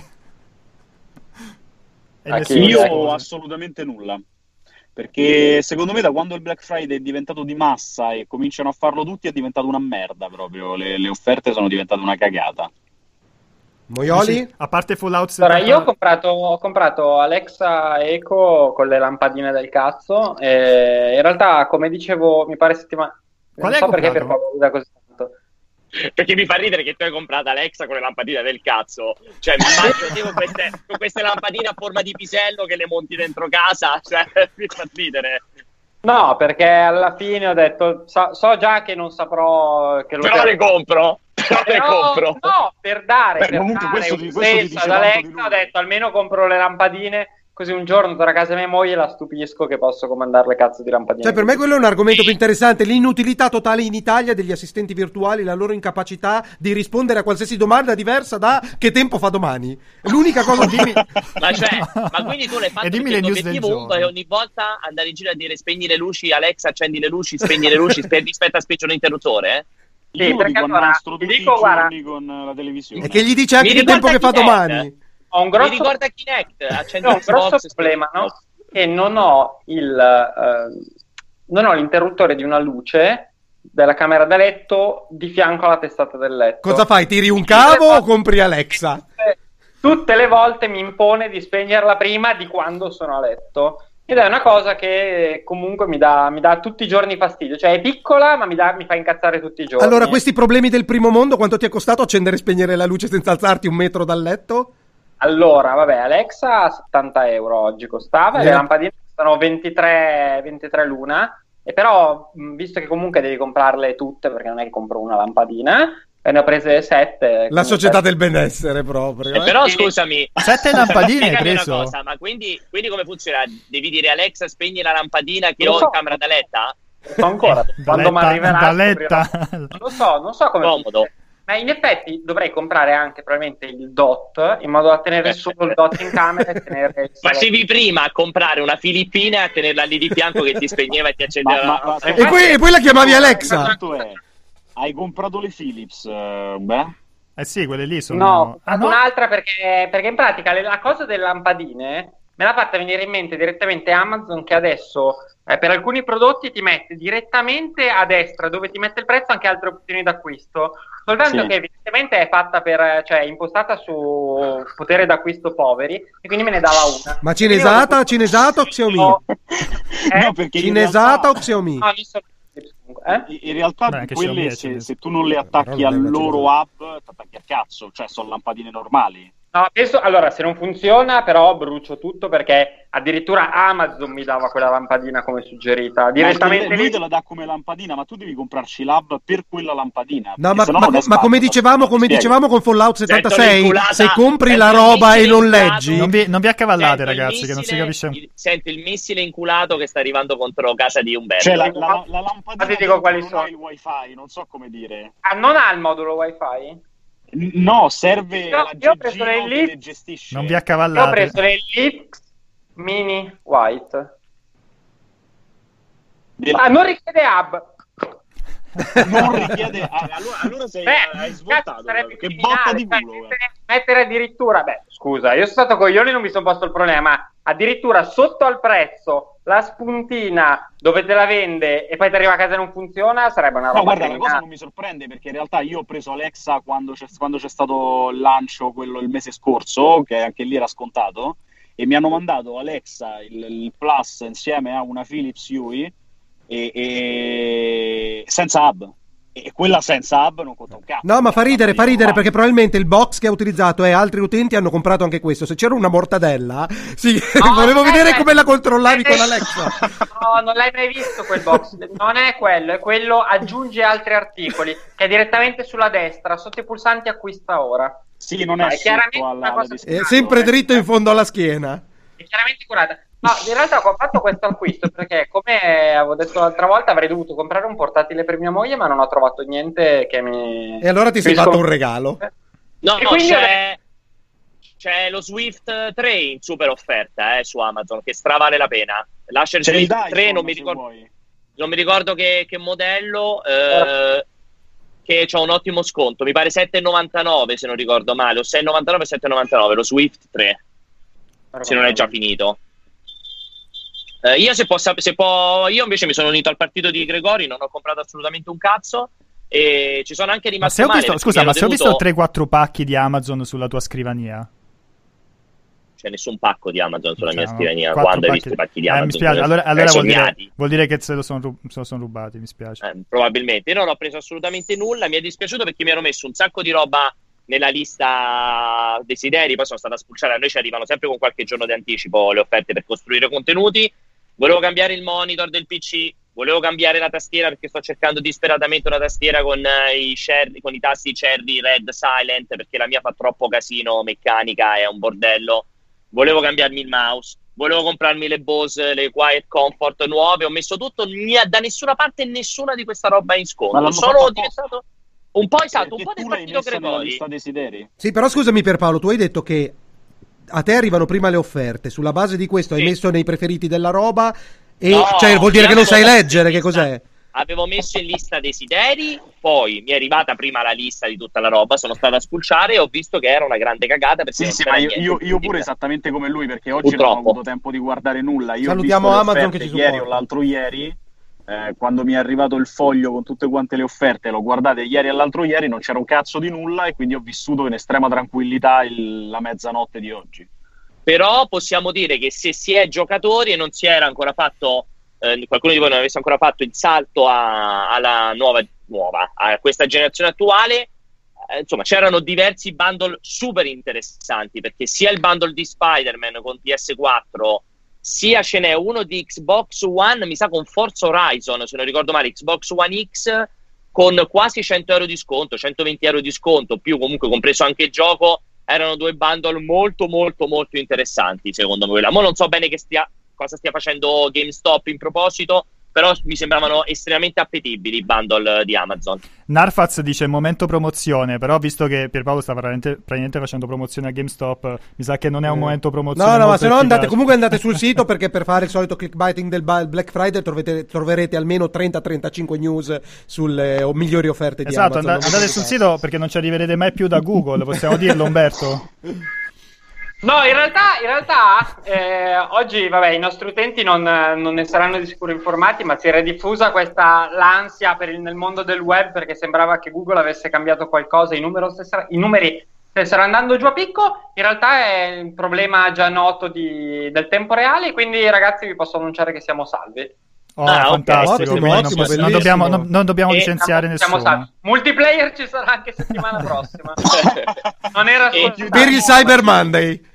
E Ah, nessuno chi- Io risponde. assolutamente nulla. Perché secondo me da quando il Black Friday è diventato di massa e cominciano a farlo tutti è diventato una merda proprio. Le, le offerte sono diventate una cagata. Moioli? Sì, a parte Fallout Allora, settanta io ho comprato, ho comprato Alexa Echo con le lampadine del cazzo. E in realtà, come dicevo, mi pare settimana. Qual non hai so perché per comprato? favore usa così tanto. Perché mi fa ridere che tu hai comprato Alexa con le lampadine del cazzo. Cioè, mi immagino te con queste, con queste lampadine a forma di pisello che le monti dentro casa. Cioè, mi fa ridere. No, perché alla fine ho detto, so, so già che non saprò che lo Però le compro. Però le Però, compro. no, per dare, Beh, per comunque dare questo un ti- questo ti senso dice ad tanto di Alexa, lui. ho detto almeno compro le lampadine, così un giorno torno a casa mia moglie e la stupisco che posso comandare le cazzo di lampadine. Cioè, per me quello è un argomento più interessante. L'inutilità totale in Italia degli assistenti virtuali, la loro incapacità di rispondere a qualsiasi domanda diversa da che tempo fa domani. L'unica cosa Dimmi... Ma cioè, ma quindi tu l'hai fatto E dimmi perché le il news tuo del obiettivo giorno. è ogni volta andare in giro a dire spegni le luci, Alexa accendi le luci, spegni le luci, spe- aspetta spiccio un interruttore, eh? Sì, Io lo perché dico a allora, nastro ti tutti dico, i guarda, giorni con la televisione. è che gli dice anche Mi che tempo ricorda che fa Kinect. domani. ho un Mi grosso, ricorda Kinect, accendi ho un grosso Xbox, problema, no? Xbox. Che non ho il eh, non ho l'interruttore di una luce della camera da letto di fianco alla testata del letto. Cosa fai? Tiri un cavo o compri Alexa? Tutte le volte mi impone di spegnerla prima di quando sono a letto. Ed è una cosa che comunque mi dà, mi dà tutti i giorni fastidio. Cioè è piccola, ma mi, dà, mi fa incazzare tutti i giorni. Allora, questi problemi del primo mondo, quanto ti è costato accendere e spegnere la luce senza alzarti un metro dal letto? Allora, vabbè, Alexa settanta euro oggi costava, e Eh. le lampadine costano ventitré, ventitré l'una. E però, mh, visto che comunque devi comprarle tutte, perché non è che compro una lampadina, ne ho prese sette. La società del benessere proprio. Eh, però scusami, sette lampadine hai spiegami una preso? cosa, ma quindi, quindi come funziona? Devi dire Alexa spegni la lampadina che Non ho so. in camera da letta? Non so ancora, quando mi arriverà da letta. scoprirò. Non lo so, non so come Comodo. funziona. Ma in effetti dovrei comprare anche probabilmente il dot in modo da tenere solo il dot in camera e tenere il Facevi prima a comprare una filippina e a tenerla lì di fianco che ti spegneva e ti accendeva. Ma- ma- ma- E poi, e poi la chiamavi Alexa. Quanto è? Hai comprato le Philips? eh, beh? Eh sì, quelle lì sono... No, ho Ah, fatto no? un'altra perché, perché in pratica le- la cosa delle lampadine me l'ha fatta venire in mente direttamente Amazon, che adesso eh, per alcuni prodotti ti mette direttamente a destra dove ti mette il prezzo anche altre opzioni d'acquisto, soltanto Sì. che evidentemente è fatta per, cioè è impostata su potere d'acquisto poveri e quindi me ne dava una. Ma cinesata, cinesata o Xiaomi? No, eh? No, perché in Cinesata o realtà, Xiaomi? No, non so comunque, eh? in realtà Beh, anche quelle Xiaomi è se, cinese. se tu non le Però attacchi non al è loro cinese. hub, ti attacchi al cazzo, cioè sono lampadine normali. No, adesso, allora, se non funziona, però brucio tutto perché addirittura Amazon mi dava quella lampadina come suggerita. Direttamente Ma lui lì. te la dà come lampadina, ma tu devi comprarci l'hub per quella lampadina. No, perché ma, sennò ma- non è ma come spazio. dicevamo, come Spiego. dicevamo con Fallout settantasei, l'inculata, se compri la sento il roba e missile non inculato. leggi, Non vi, non vi accavallate, Sento il ragazzi, che non si missile- capisce... il- Sento il missile inculato che sta arrivando contro casa di Umberto. Cioè la, la, la lampadina Ma ti dico dentro quali non sono. ha il wifi, non so come dire. Ah, non ha il modulo wifi? N- No, serve No, la io ho preso Gigino le che Elite. le gestisce. Non vi Io ho accavallate. preso le Elite Mini White. Della- Ah, non richiede hub. non richiede ah, allora, allora sei, Beh, hai cazzo, svoltato, sarebbe che criminale, botta di cioè, culo, guarda. mettere, mettere addirittura, beh, scusa, io sono stato coglione e non mi sono posto il problema, ma addirittura sotto al prezzo la spuntina dove te la vende e poi ti arriva a casa e non funziona, sarebbe una roba No, guarda, la cosa criminale. non mi sorprende perché in realtà io ho preso Alexa quando c'è, quando c'è stato il lancio, quello il mese scorso, che anche lì era scontato, e mi hanno mandato Alexa, il, il Plus, insieme a una Philips Hue, e, e senza hub. E quella senza hub non conta un cazzo. No, ma fa ridere, fa ridere Normale. perché probabilmente il box che ha utilizzato e altri utenti hanno comprato anche questo. Se c'era una mortadella, sì, No, volevo non è vedere quello. come la controllavi Non è- con Alexa. No, non l'hai mai visto quel box. Non è quello, è quello aggiunge altri articoli, che è direttamente sulla destra, sotto i pulsanti acquista ora. Sì, non Ma è è chiaramente sotto una alla, cosa alla È descrizione. sempre dritto in fondo alla schiena. È chiaramente curata. No, in realtà ho fatto questo acquisto perché, come avevo detto l'altra volta, avrei dovuto comprare un portatile per mia moglie, ma non ho trovato niente che mi... E allora ti sei mi fatto scom- un regalo. No, E no, quindi c'è, c'è lo Swift tre in super offerta eh, su Amazon che stravale la pena. Lascia il Ce li Swift dai, tre, insomma, non mi se ricordo, vuoi. non mi ricordo che, che modello, eh, che c'ha un ottimo sconto. Mi pare sette e novantanove se non ricordo male, o sei e novantanove e sette e novantanove, lo Swift tre, se non è già finito. Eh, io se posso, se può, io invece mi sono unito al partito di Gregori, non ho comprato assolutamente un cazzo e ci sono anche Ma rimasto se ho male visto, perché scusa, mi ma ero se ho visto tenuto- tre quattro pacchi di Amazon sulla tua scrivania. c'è nessun pacco di Amazon sulla mia Cioè, scrivania. quattro Quando hai pacchi visto i pacchi di Eh, Amazon? mi spiace, allora, Eh, allora vuol, dire, sognati. vuol dire che se lo sono ru- se lo sono rubati, mi spiace. Eh, probabilmente. Io non ho preso assolutamente nulla, mi è dispiaciuto perché mi ero messo un sacco di roba nella lista desideri, poi sono stata a spulciare, a noi ci arrivano sempre con qualche giorno di anticipo le offerte per costruire contenuti. Volevo cambiare il monitor del P C, volevo cambiare la tastiera perché sto cercando disperatamente una tastiera con, eh, i, cherry, con i tasti cherry, red, silent, perché la mia fa troppo casino, meccanica, è un bordello. Volevo cambiarmi il mouse, volevo comprarmi le Bose, le Quiet Comfort nuove, ho messo tutto, ni- da nessuna parte nessuna di questa roba è in Ma sconto. l'hanno Sono fatto diventato un po' esatto, un Perché po' del tu l'hai partito messa nella Gregori. lista desideri? Sì, però scusami Pierpaolo, tu hai detto che a te arrivano prima le offerte. Sulla base di questo hai Sì. messo nei preferiti della roba e No, cioè vuol dire che non sai avevo leggere, che messo in cos'è? lista- Avevo messo in lista desideri, poi mi è arrivata prima la lista di tutta la roba, sono stato a spulciare e ho visto che era una grande cagata perché Sì, non sì, c'era ma io, niente io, di io pure utile. esattamente come lui, perché oggi non ho Purtroppo. avuto tempo di guardare nulla. Io Salutiamo ho visto le Amazon offerte che ci ieri o supporta. l'altro ieri, eh, quando mi è arrivato il foglio con tutte quante le offerte, l'ho guardate ieri e l'altro ieri, non c'era un cazzo di nulla e quindi ho vissuto in estrema tranquillità il- la mezzanotte di oggi. Però possiamo dire che se si è giocatori e non si era ancora fatto, eh, qualcuno di voi non avesse ancora fatto il salto a- alla nuova, nuova, a questa generazione attuale, eh, insomma c'erano diversi bundle super interessanti, perché sia il bundle di Spider-Man con P S quattro, sia ce n'è uno di Xbox One, mi sa con Forza Horizon, se non ricordo male, Xbox One X, con quasi cento euro di sconto, centoventi euro di sconto, più comunque compreso anche il gioco, erano due bundle molto molto molto interessanti secondo me. Ma non so bene che stia, cosa stia facendo GameStop in proposito, però mi sembravano estremamente appetibili i bundle di Amazon. Narfaz dice momento promozione, però visto che Pierpaolo sta praticamente, praticamente facendo promozione a GameStop, mi sa che non è un momento promozione. No, no, ma se no efficace. andate, comunque andate sul sito, perché per fare il solito clickbaiting del Black Friday trovete, troverete almeno trenta trentacinque news sulle o migliori offerte di esatto, Amazon. Esatto, andate sul sito perché non ci arriverete mai più da Google, possiamo dirlo, Umberto? No, in realtà, in realtà eh, oggi, vabbè, i nostri utenti non, non ne saranno di sicuro informati, ma si era diffusa questa l'ansia per il, nel mondo del web, perché sembrava che Google avesse cambiato qualcosa, i, numero stessa, i numeri stessero andando giù a picco. In realtà è un problema già noto di, del tempo reale, quindi ragazzi vi posso annunciare che siamo salvi. Oh, ah, fantastico, ottimo, non, ottimo, non dobbiamo, non, non dobbiamo E licenziare siamo nessuno. salvi. Multiplayer ci sarà anche settimana prossima. Non era E scontato. Per il Cyber Monday.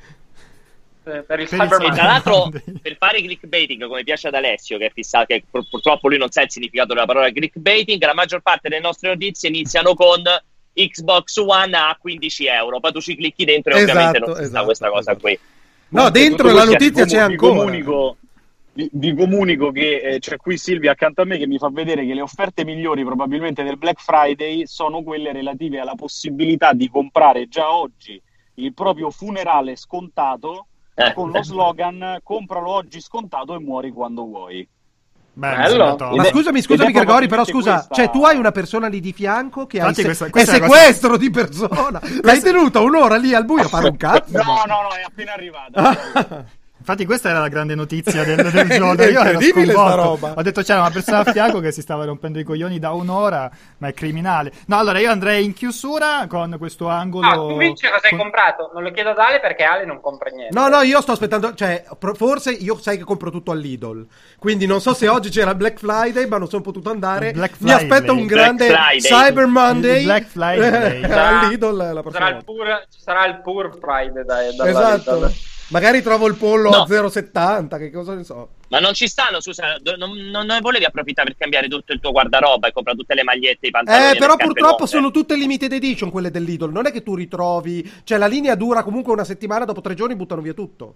Per il Per il Cyber E Cyber tra l'altro, Monday. per fare clickbaiting, come piace ad Alessio, che è fissato, che pur- purtroppo lui non sa il significato della parola clickbaiting, la maggior parte delle nostre notizie iniziano con Xbox One a quindici euro. Poi tu ci clicchi dentro e Esatto, ovviamente non si esatto, sa questa cosa esatto. qui. No, dentro Tutto la questo notizia vi c'è comu- vi ancora. comunico, vi, vi comunico che eh, c'è qui Silvia accanto a me che mi fa vedere che le offerte migliori probabilmente del Black Friday sono quelle relative alla possibilità di comprare già oggi il proprio funerale scontato Eh. con lo slogan compralo oggi scontato e muori quando vuoi. Beh, Bello. mi sembra top. Ma scusami, scusami ed è Gregori, però probabilmente scusa, questa- cioè tu hai una persona lì di fianco che Infatti hai questa- è questa è la cosa- sequestro di persona. L'hai tenuta un'ora lì al buio a fare un cazzo? No, no, no, è appena arrivata. Infatti questa era la grande notizia del, del giorno. È Io ero incredibile sta sconvolto. roba. Ho detto c'era una persona a fianco che si stava rompendo i coglioni da un'ora, ma è criminale. No, allora io andrei in chiusura con questo angolo. Ah, tu dici cosa hai con- comprato? Non lo chiedo ad Ale perché Ale non compra niente. No, no, io sto aspettando, cioè, pro- forse io sai che compro tutto all'Idol. Quindi non so se oggi c'era Black Friday, ma non sono potuto andare. Black Mi aspetto un Black grande Friday. Cyber Monday. Il Black Friday. eh, all'Idol la prossima Sarà il volta. pur, ci sarà il pur Pride dai, dalla- Esatto. dalla- Magari trovo il pollo No. a zero virgola settanta, che cosa ne so. Ma non ci stanno, scusa, do- non, non ne volevi approfittare per cambiare tutto il tuo guardaroba e comprare tutte le magliette, i pantaloni e Eh, le però scarpe purtroppo nuove? sono tutte limited edition quelle dell'Idol. Non è che tu ritrovi, cioè la linea dura comunque una settimana, dopo tre giorni buttano via tutto.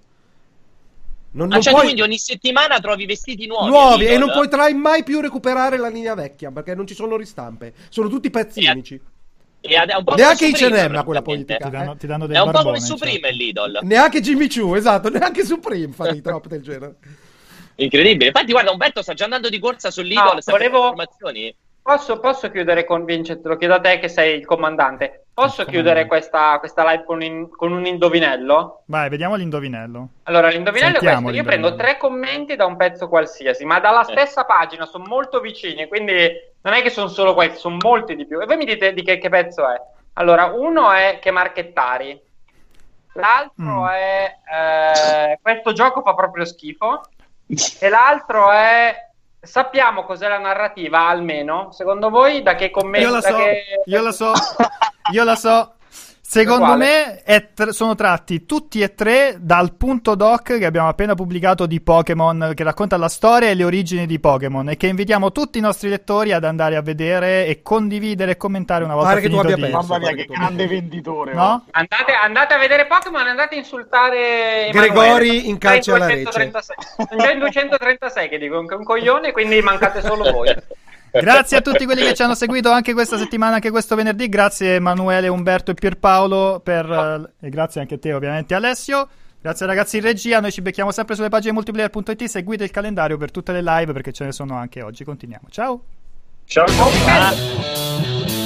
Non, Ah, non cioè puoi... tu quindi ogni settimana trovi vestiti nuovi. nuovi e Lidl? non potrai mai più recuperare la linea vecchia perché non ci sono ristampe. Sono tutti pezzi E a- unici. E ad- è un po' Neanche come i Supreme, Cenem ha quella praticamente. politica. Ti danno, ti danno del È un po' barbone, come Supreme certo. il Lidl. Neanche Jimmy Choo, esatto, neanche Supreme fa dei drop del genere. Incredibile. Infatti, guarda, Umberto sta già andando di corsa sul Lidl. No, sta volevo- facendo informazioni. Posso, posso chiudere con Vince? Te lo chiedo a te che sei il comandante. Posso Il chiudere comandante. questa, questa live con, in- con un indovinello? Vai, vediamo l'indovinello. Allora, l'indovinello è Sentiamo questo. Io l'indovinello. prendo tre commenti da un pezzo qualsiasi, ma dalla stessa pagina, sono molto vicini, quindi non è che sono solo questi, sono molti di più. E voi mi dite di che, che pezzo è. Allora, uno è Che Marchettari, l'altro Mm. è eh, Questo gioco fa proprio schifo, e l'altro è Sappiamo cos'è la narrativa, almeno, secondo voi, da che commenti... Io la da so, che... io la so, io la so. Secondo Quale? me è tr- sono tratti tutti e tre dal punto doc che abbiamo appena pubblicato di Pokémon, che racconta la storia e le origini di Pokémon, e che invitiamo tutti i nostri lettori ad andare a vedere e condividere e commentare una volta Pare che tu finito abbia di... perso. Mamma mia, che grande venditore. No? Andate, andate a vedere Pokémon, andate a insultare Gregori Emanuele. in calce alla rete. duecentotrentasei. Sono già in duecentotrentasei che dico che è un coglione, quindi mancate solo voi. Grazie a tutti quelli che ci hanno seguito anche questa settimana, anche questo venerdì. Grazie Emanuele, Umberto e Pierpaolo per, eh, e grazie anche a te ovviamente Alessio. Grazie ragazzi in regia, noi ci becchiamo sempre sulle pagine multiplayer punto it, seguite il calendario per tutte le live perché ce ne sono anche oggi. Continuiamo, ciao. Ciao. Ah.